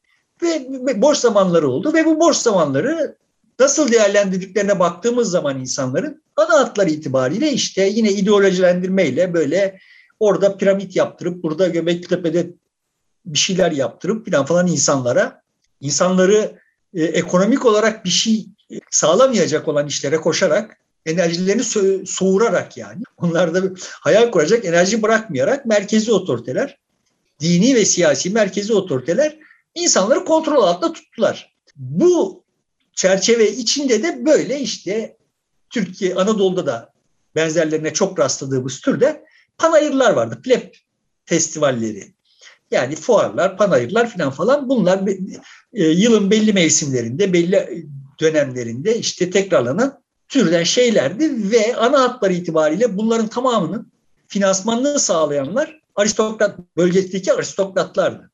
Ve boş zamanları oldu ve bu boş zamanları nasıl değerlendirdiklerine baktığımız zaman insanların ana hatları itibariyle işte yine ideolojilendirmeyle böyle orada piramit yaptırıp burada Göbeklitepe'de bir şeyler yaptırıp falan falan insanlara, insanları e, ekonomik olarak bir şey sağlamayacak olan işlere koşarak, enerjilerini so- soğurarak yani onlarda hayal kuracak enerji bırakmayarak merkezi otoriteler, dini ve siyasi merkezi otoriteler insanları kontrol altında tuttular. Bu çerçeve içinde de böyle işte Türkiye, Anadolu'da da benzerlerine çok rastladığımız türde panayırlar vardı. Pleb festivalleri. Yani fuarlar, panayırlar falan falan bunlar e, yılın belli mevsimlerinde, belli dönemlerinde işte tekrarlanan türden şeylerdi ve ana hatları itibariyle bunların tamamının finansmanını sağlayanlar aristokrat, bölgedeki aristokratlardı.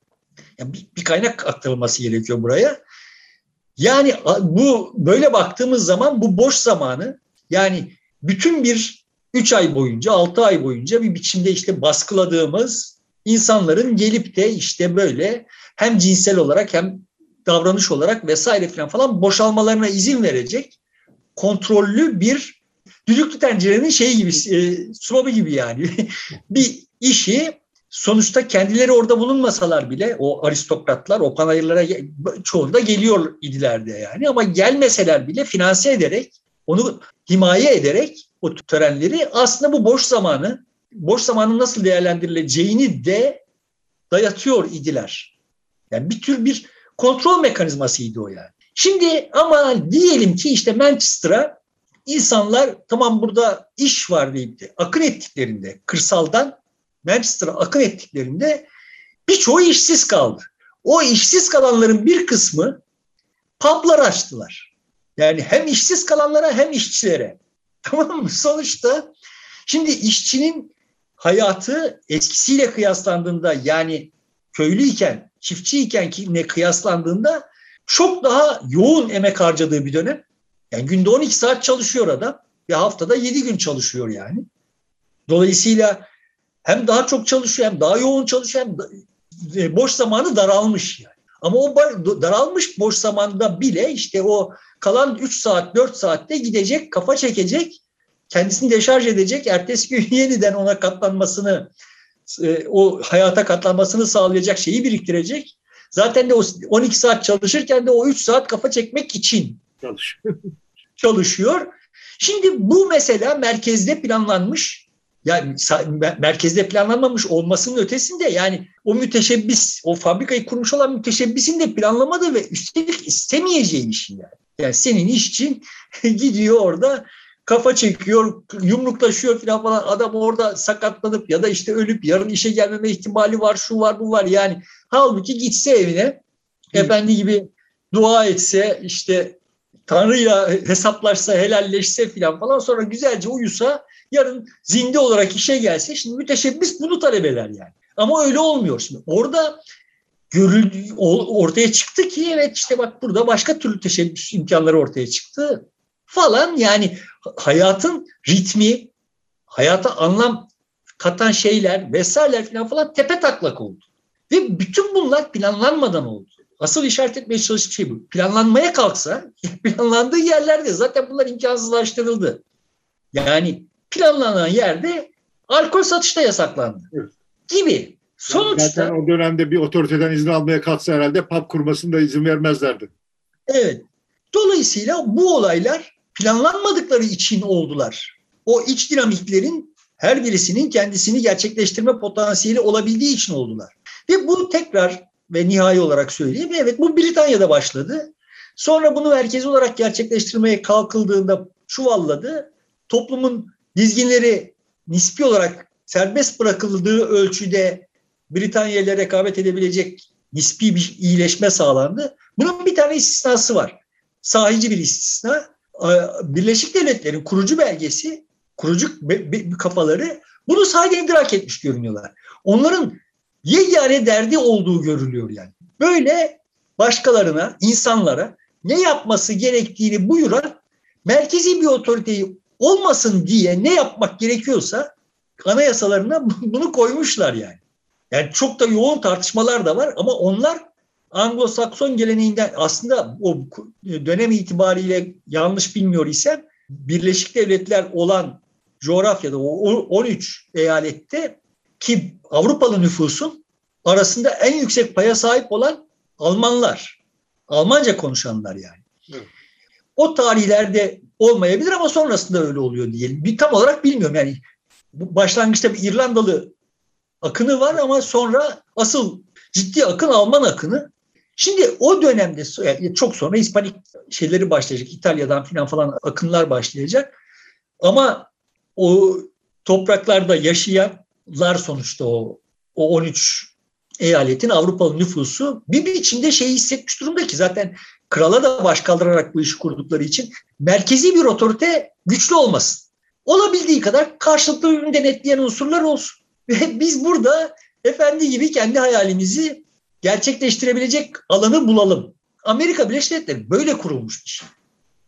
Yani bir, bir kaynak aktarılması gerekiyor buraya. Yani bu böyle baktığımız zaman bu boş zamanı yani bütün bir üç ay boyunca, altı ay boyunca bir biçimde işte baskıladığımız insanların gelip de işte böyle hem cinsel olarak hem davranış olarak vesaire falan falan boşalmalarına izin verecek kontrollü bir düdüklü tencerenin şeyi gibi, e, subabı gibi yani bir işi sonuçta kendileri orada bulunmasalar bile o aristokratlar o panayırlara çoğunda geliyor idilerdi yani ama gelmeseler bile finanse ederek onu himaye ederek o törenleri aslında bu boş zamanı boş zamanın nasıl değerlendirileceğini de dayatıyor idiler. Yani bir tür bir kontrol mekanizmasıydı o yani. Şimdi ama diyelim ki işte Manchester'a insanlar tamam burada iş var deyip de akın ettiklerinde kırsaldan Manchester'a akın ettiklerinde birçoğu işsiz kaldı. O işsiz kalanların bir kısmı publar açtılar. Yani hem işsiz kalanlara hem işçilere. Tamam mı? Sonuçta şimdi işçinin hayatı eskisiyle kıyaslandığında yani köylüyken, çiftçiyken ne kıyaslandığında çok daha yoğun emek harcadığı bir dönem. Yani günde on iki saat çalışıyor adam ve haftada yedi gün çalışıyor yani. Dolayısıyla hem daha çok çalışıyor hem daha yoğun çalışıyor hem boş zamanı daralmış yani. Ama o daralmış boş zamanda bile işte o kalan üç saat dört saatte gidecek, kafa çekecek, kendisini deşarj edecek, ertesi gün yeniden ona katlanmasını, o hayata katlanmasını sağlayacak şeyi biriktirecek. Zaten de o on iki saat çalışırken de o üç saat kafa çekmek için Çalışıyor. çalışıyor. Şimdi bu mesela merkezde planlanmış, yani merkezde planlanmamış olmasının ötesinde yani o müteşebbis, o fabrikayı kurmuş olan müteşebbisin de planlamadığı ve üstelik istemeyeceği işi yani. Yani senin işçin gidiyor orada kafa çekiyor, yumruklaşıyor falan falan. Adam orada sakatlanıp ya da işte ölüp yarın işe gelmeme ihtimali var, şu var, bu var. Yani halbuki gitse evine, Hı. efendi gibi dua etse, işte Tanrı'yla hesaplaşsa, helalleşse falan falan, sonra güzelce uyusa, yarın zinde olarak işe gelse, şimdi müteşebbis bunu talep eder yani. Ama öyle olmuyor şimdi. Orada görüldü, ortaya çıktı ki evet işte bak burada başka türlü teşebbüs imkanları ortaya çıktı falan. Yani hayatın ritmi, hayata anlam katan şeyler vesaireler falan falan tepe taklak oldu. Ve bütün bunlar planlanmadan oldu. Asıl işaret etmeye çalıştığım şey bu. Planlanmaya kalksa, planlandığı yerlerde zaten bunlar imkansızlaştırıldı. Yani planlanan yerde alkol satışta yasaklandı. Evet. Gibi. Sonuçta... Zaten o dönemde bir otoriteden izin almaya kalksa herhalde pub kurmasına da izin vermezlerdi. Evet. Dolayısıyla bu olaylar planlanmadıkları için oldular. O iç dinamiklerin her birisinin kendisini gerçekleştirme potansiyeli olabildiği için oldular. Ve bu tekrar ve nihai olarak söyleyeyim, evet bu Britanya'da başladı. Sonra bunu merkez olarak gerçekleştirmeye kalkıldığında çuvalladı. Toplumun dizginleri nispi olarak serbest bırakıldığı ölçüde Britanya ile rekabet edebilecek nispi bir iyileşme sağlandı. Bunun bir tane istisnası var. Sahici bir istisna. Birleşik Devletler'in kurucu belgesi, kurucu kafaları bunu sahiden idrak etmiş görünüyorlar. Onların yegane derdi olduğu görülüyor yani. Böyle başkalarına, insanlara ne yapması gerektiğini buyuran merkezi bir otoriteyi olmasın diye ne yapmak gerekiyorsa anayasalarına bunu koymuşlar yani. Yani çok da yoğun tartışmalar da var ama onlar Anglo-Sakson geleneğinden, aslında o dönem itibariyle yanlış bilmiyor isem Birleşik Devletler olan coğrafyada o on üç eyalette ki Avrupalı nüfusun arasında en yüksek paya sahip olan Almanlar. Almanca konuşanlar yani. Evet. O tarihlerde olmayabilir ama sonrasında öyle oluyor diyelim. Bir tam olarak bilmiyorum yani. Başlangıçta bir İrlandalı akını var ama sonra asıl ciddi akın Alman akını. Şimdi o dönemde çok sonra Hispanik şeyleri başlayacak. İtalya'dan falan falan akınlar başlayacak. Ama o topraklarda yaşayanlar sonuçta o, o on üç eyaletin Avrupalı nüfusu bir biçimde şeyi hissetmiş durumda ki zaten krala da baş kaldırarak bu işi kurdukları için merkezi bir otorite güçlü olmasın. Olabildiği kadar karşılıklı birbirini denetleyen unsurlar olsun. Ve biz burada efendi gibi kendi hayalimizi gerçekleştirebilecek alanı bulalım. Amerika Birleşik Devletleri böyle kurulmuş bir şey.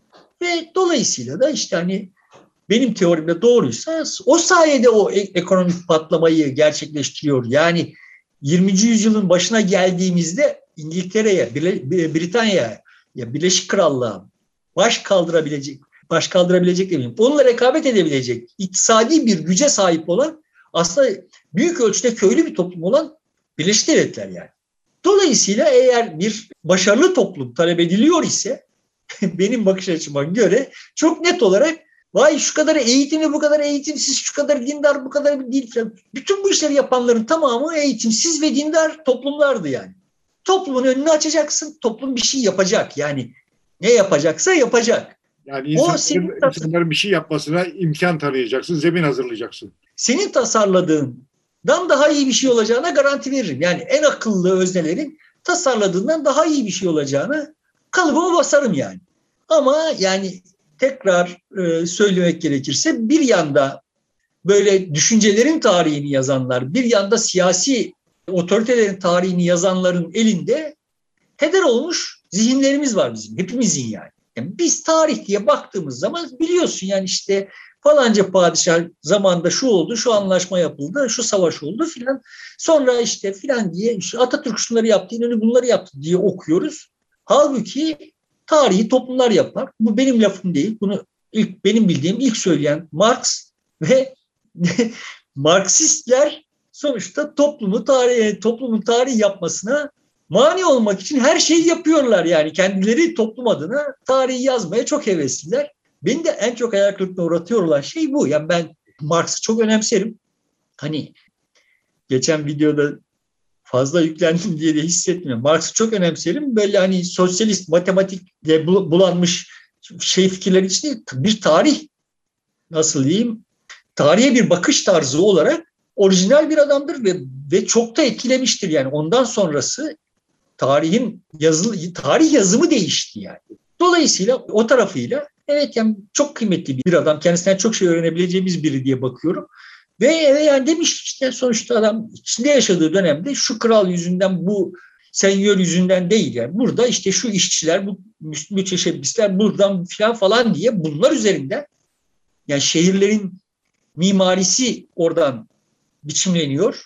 Ve dolayısıyla da işte hani benim teorimde doğruysa o sayede o ekonomik patlamayı gerçekleştiriyor. Yani yirminci yüzyılın başına geldiğimizde İngiltere'ye, Britanya'ya, ya Birleşik Krallığa baş kaldırabilecek, baş kaldırabilecek demeyeyim, onunla rekabet edebilecek iktisadi bir güce sahip olan, aslında büyük ölçüde köylü bir toplum olan Birleşik Devletler yani. Dolayısıyla eğer bir başarılı toplum talep ediliyor ise benim bakış açıma göre çok net olarak vay şu kadar eğitimli, bu kadar eğitimsiz, şu kadar dindar, bu kadar değil falan. Bütün bu işleri yapanların tamamı eğitimsiz ve dindar toplumlardı yani. Toplumun önünü açacaksın, toplum bir şey yapacak. Yani ne yapacaksa yapacak. Yani insanların, senin, insanların bir şey yapmasına imkan tanıyacaksın, zemin hazırlayacaksın. Senin tasarladığından daha iyi bir şey olacağına garanti veririm. Yani en akıllı öznelerin tasarladığından daha iyi bir şey olacağına kalıbımı basarım yani. Ama yani tekrar e, söylemek gerekirse bir yanda böyle düşüncelerin tarihini yazanlar, bir yanda siyasi otoritelerin tarihini yazanların elinde heder olmuş zihinlerimiz var bizim, hepimizin yani. Yani biz tarih diye baktığımız zaman biliyorsun yani işte falanca padişah zamanında şu oldu, şu anlaşma yapıldı, şu savaş oldu filan. Sonra işte filan diye işte Atatürk şunları yaptı, İnönü bunları yaptı diye okuyoruz. Halbuki tarihi toplumlar yapar. Bu benim lafım değil. Bunu ilk benim bildiğim ilk söyleyen Marx ve Marksistler sonuçta toplumu tarih, toplumun tarih yapmasına mani olmak için her şeyi yapıyorlar yani. Kendileri toplum adına tarihi yazmaya çok hevesliler. Beni de en çok hayal kırıklığına uğratıyor olan şey bu. Yani ben Marx'ı çok önemserim. Hani geçen videoda fazla yüklendim diye de hissetmiyorum. Marx'ı çok önemserim. Böyle hani sosyalist, matematikle bulanmış şey fikirler için değil, bir tarih, nasıl diyeyim, tarihe bir bakış tarzı olarak orijinal bir adamdır ve ve çok da etkilemiştir. Yani ondan sonrası tarihin yazılı tarih yazımı değişti yani. Dolayısıyla o tarafıyla evet yani çok kıymetli bir adam. Kendisinden çok şey öğrenebileceğimiz biri diye bakıyorum. Ve yani demiş işte sonuçta adam içinde yaşadığı dönemde şu kral yüzünden, bu senyör yüzünden değil yani. Burada işte şu işçiler, bu müteşebbisler buradan falan falan diye bunlar üzerinden yani şehirlerin mimarisi oradan biçimleniyor.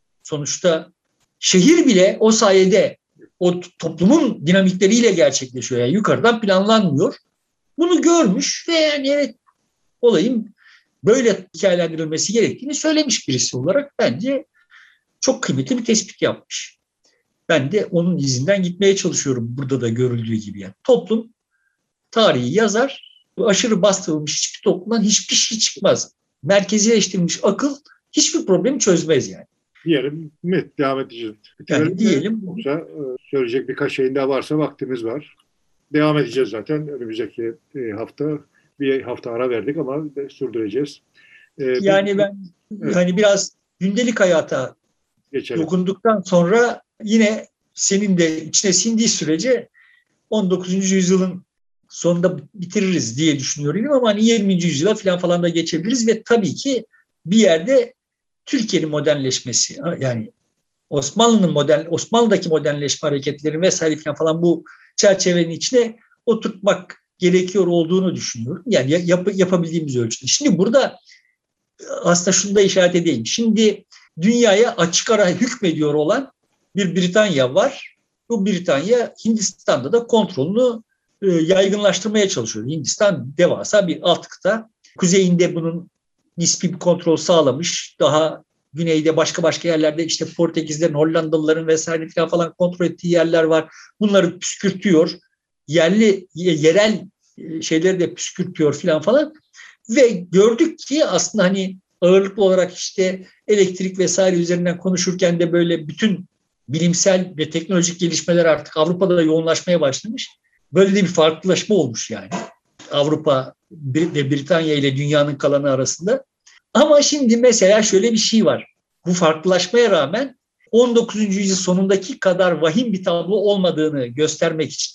Sonuçta şehir bile o sayede o toplumun dinamikleriyle gerçekleşiyor. Yani yukarıdan planlanmıyor. Bunu görmüş ve yani evet olayın böyle hikayelendirilmesi gerektiğini söylemiş birisi olarak bence çok kıymetli bir tespit yapmış. Ben de onun izinden gitmeye çalışıyorum burada da görüldüğü gibi. Yani toplum tarihi yazar, aşırı bastırılmış hiçbir toplumdan hiçbir şey çıkmaz. Merkezileştirilmiş akıl hiçbir problemi çözmez yani. Diyelim mi? Devam edeceğiz. Yani diyelim. Yoksa söyleyecek birkaç şeyin daha varsa vaktimiz var. Devam edeceğiz zaten önümüzdeki hafta. Bir hafta ara verdik ama sürdüreceğiz. Ee, yani ben evet. hani biraz gündelik hayata geçelim. Dokunduktan sonra yine senin de içine sindiği sürece on dokuzuncu yüzyılın sonunda bitiririz diye düşünüyorum ama hani yirminci yüzyıla falan falan da geçebiliriz ve tabii ki bir yerde Türkiye'nin modernleşmesi, yani Osmanlı'nın modern Osmanlı'daki modernleşme hareketleri vesaire falan falan bu çerçevenin içine oturtmak gerekiyor olduğunu düşünüyorum. Yani yap, yapabildiğimiz ölçüde. Şimdi burada aslında şunu da işaret edeyim. Şimdi dünyaya açık ara hükmediyor olan bir Britanya var. Bu Britanya Hindistan'da da kontrolünü e, yaygınlaştırmaya çalışıyor. Hindistan devasa bir alt kıta. Kuzeyinde bunun nispi bir kontrol sağlamış. Daha güneyde başka başka yerlerde işte Portekizlerin, Hollandalıların vesaire falan, falan kontrol ettiği yerler var. Bunları püskürtüyor. Yerli, yerel şeyleri de püskürtüyor falan falan. Ve gördük ki aslında hani ağırlıklı olarak işte elektrik vesaire üzerinden konuşurken de böyle bütün bilimsel ve teknolojik gelişmeler artık Avrupa'da da yoğunlaşmaya başlamış. Böyle de bir farklılaşma olmuş yani. Avrupa ve Britanya ile dünyanın kalanı arasında. Ama şimdi mesela şöyle bir şey var. Bu farklılaşmaya rağmen on dokuzuncu yüzyıl sonundaki kadar vahim bir tablo olmadığını göstermek için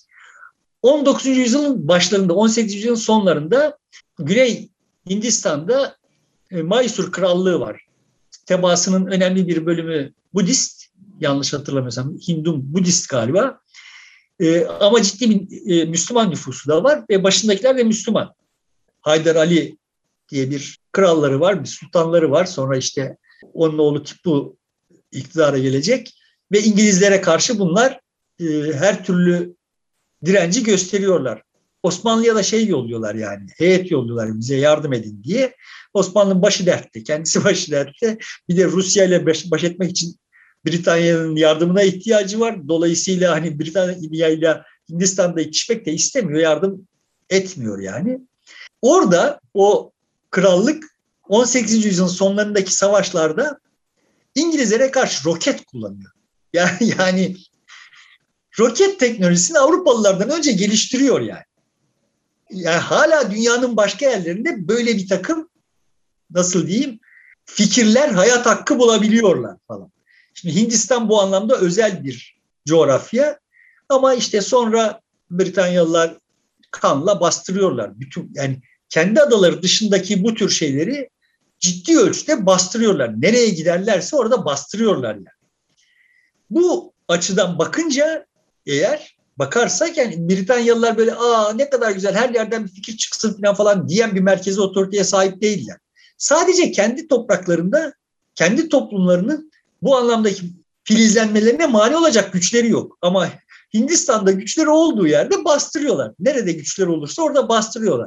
on dokuzuncu yüzyılın başlarında, on sekizinci yüzyılın sonlarında Güney Hindistan'da Mysore Krallığı var. Tebaasının önemli bir bölümü Budist, yanlış hatırlamıyorsam Hindu Budist galiba. Ee, ama ciddi bir e, Müslüman nüfusu da var ve başındakiler de Müslüman. Haydar Ali diye bir kralları var, bir sultanları var. Sonra işte onun oğlu Tipu iktidara gelecek ve İngilizlere karşı bunlar e, her türlü direnci gösteriyorlar. Osmanlı'ya da şey yolluyorlar yani, heyet yolluyorlar bize yardım edin diye. Osmanlı'nın başı dertte, kendisi başı dertte. Bir de Rusya ile baş, baş etmek için Britanya'nın yardımına ihtiyacı var. Dolayısıyla hani Britanya ile Hindistan'da itişmek de istemiyor, yardım etmiyor yani. Orada o krallık on sekizinci yüzyılın sonlarındaki savaşlarda İngilizlere karşı roket kullanıyor. Yani, yani roket teknolojisini Avrupalılardan önce geliştiriyor yani. Yani hala dünyanın başka yerlerinde böyle bir takım nasıl diyeyim fikirler hayat hakkı bulabiliyorlar falan. Şimdi Hindistan bu anlamda özel bir coğrafya ama işte sonra Britanyalılar kanla bastırıyorlar. Bütün yani kendi adaları dışındaki bu tür şeyleri ciddi ölçüde bastırıyorlar. Nereye giderlerse orada bastırıyorlar yani. Bu açıdan bakınca eğer bakarsak yani Britanyalılar böyle aa ne kadar güzel her yerden bir fikir çıksın falan falan diyen bir merkezi otoriteye sahip değiller. Sadece kendi topraklarında kendi toplumlarının bu anlamdaki filizlenmelerine mani olacak güçleri yok. Ama Hindistan'da güçleri olduğu yerde bastırıyorlar. Nerede güçleri olursa orada bastırıyorlar.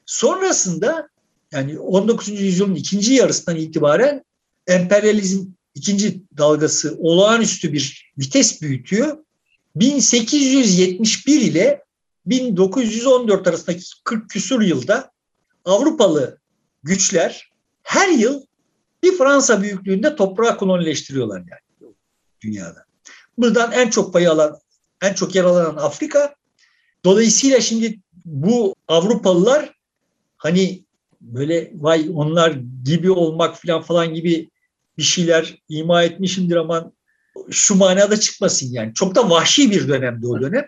Sonrasında yani on dokuzuncu yüzyılın ikinci yarısından itibaren emperyalizm ikinci dalgası olağanüstü bir vites büyütüyor. bin sekiz yüz yetmiş bir ile bin dokuz yüz on dört arasındaki kırk küsur yılda Avrupalı güçler her yıl bir Fransa büyüklüğünde toprağı kolonileştiriyorlar yani dünyada. Buradan en çok payı alan, en çok yer alan Afrika. Dolayısıyla şimdi bu Avrupalılar hani böyle vay onlar gibi olmak falan falan gibi bir şeyler ima etmişimdir ama şu manada çıkmasın yani. Çok da vahşi bir dönemdi o dönem.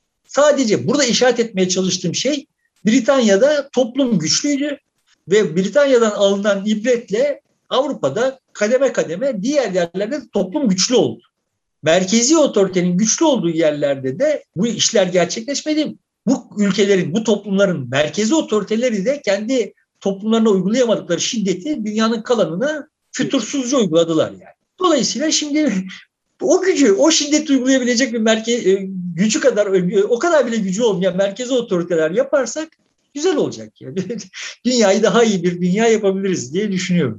Sadece burada işaret etmeye çalıştığım şey Britanya'da toplum güçlüydü ve Britanya'dan alınan ibretle Avrupa'da kademe kademe diğer yerlerde toplum güçlü oldu. Merkezi otoritenin güçlü olduğu yerlerde de bu işler gerçekleşmedi. Bu ülkelerin, bu toplumların merkezi otoriteleri de kendi toplumlarına uygulayamadıkları şiddeti dünyanın kalanına fütursuzca uyguladılar yani. Dolayısıyla şimdi o gücü, o şiddeti uygulayabilecek bir merkez gücü kadar, o kadar bile gücü olmayan merkezi otoriteler yaparsak güzel olacak yani. Dünyayı daha iyi bir dünya yapabiliriz diye düşünüyorum.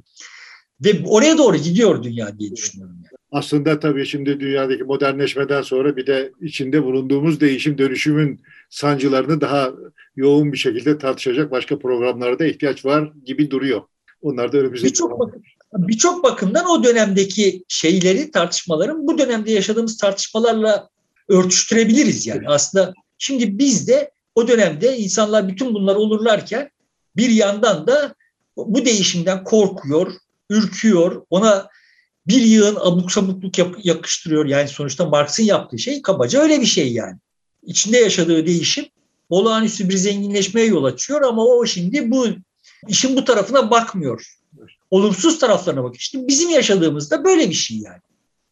Ve oraya doğru gidiyor dünya diye düşünüyorum yani. Aslında tabii şimdi dünyadaki modernleşmeden sonra bir de içinde bulunduğumuz değişim dönüşümün sancılarını daha yoğun bir şekilde tartışacak başka programlara da ihtiyaç var gibi duruyor. Onlar da önümüzdeki... Birçok bakım, birçok bakımdan o dönemdeki şeyleri, tartışmaların bu dönemde yaşadığımız tartışmalarla örtüştürebiliriz yani. Aslında şimdi biz de o dönemde insanlar bütün bunlar olurlarken bir yandan da bu değişimden korkuyor, ürküyor, ona bir yığın abuk sabukluk yakıştırıyor. Yani sonuçta Marx'ın yaptığı şey kabaca öyle bir şey yani. İçinde yaşadığı değişim olağanüstü bir zenginleşmeye yol açıyor ama o şimdi bu işin bu tarafına bakmıyor. Olumsuz taraflarına bakıyor. İşte bizim yaşadığımızda böyle bir şey yani.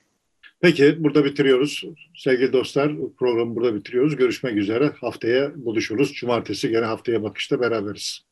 Peki burada bitiriyoruz. Sevgili dostlar programı burada bitiriyoruz. Görüşmek üzere. Haftaya buluşuruz. Cumartesi gene Haftaya Bakış'ta beraberiz.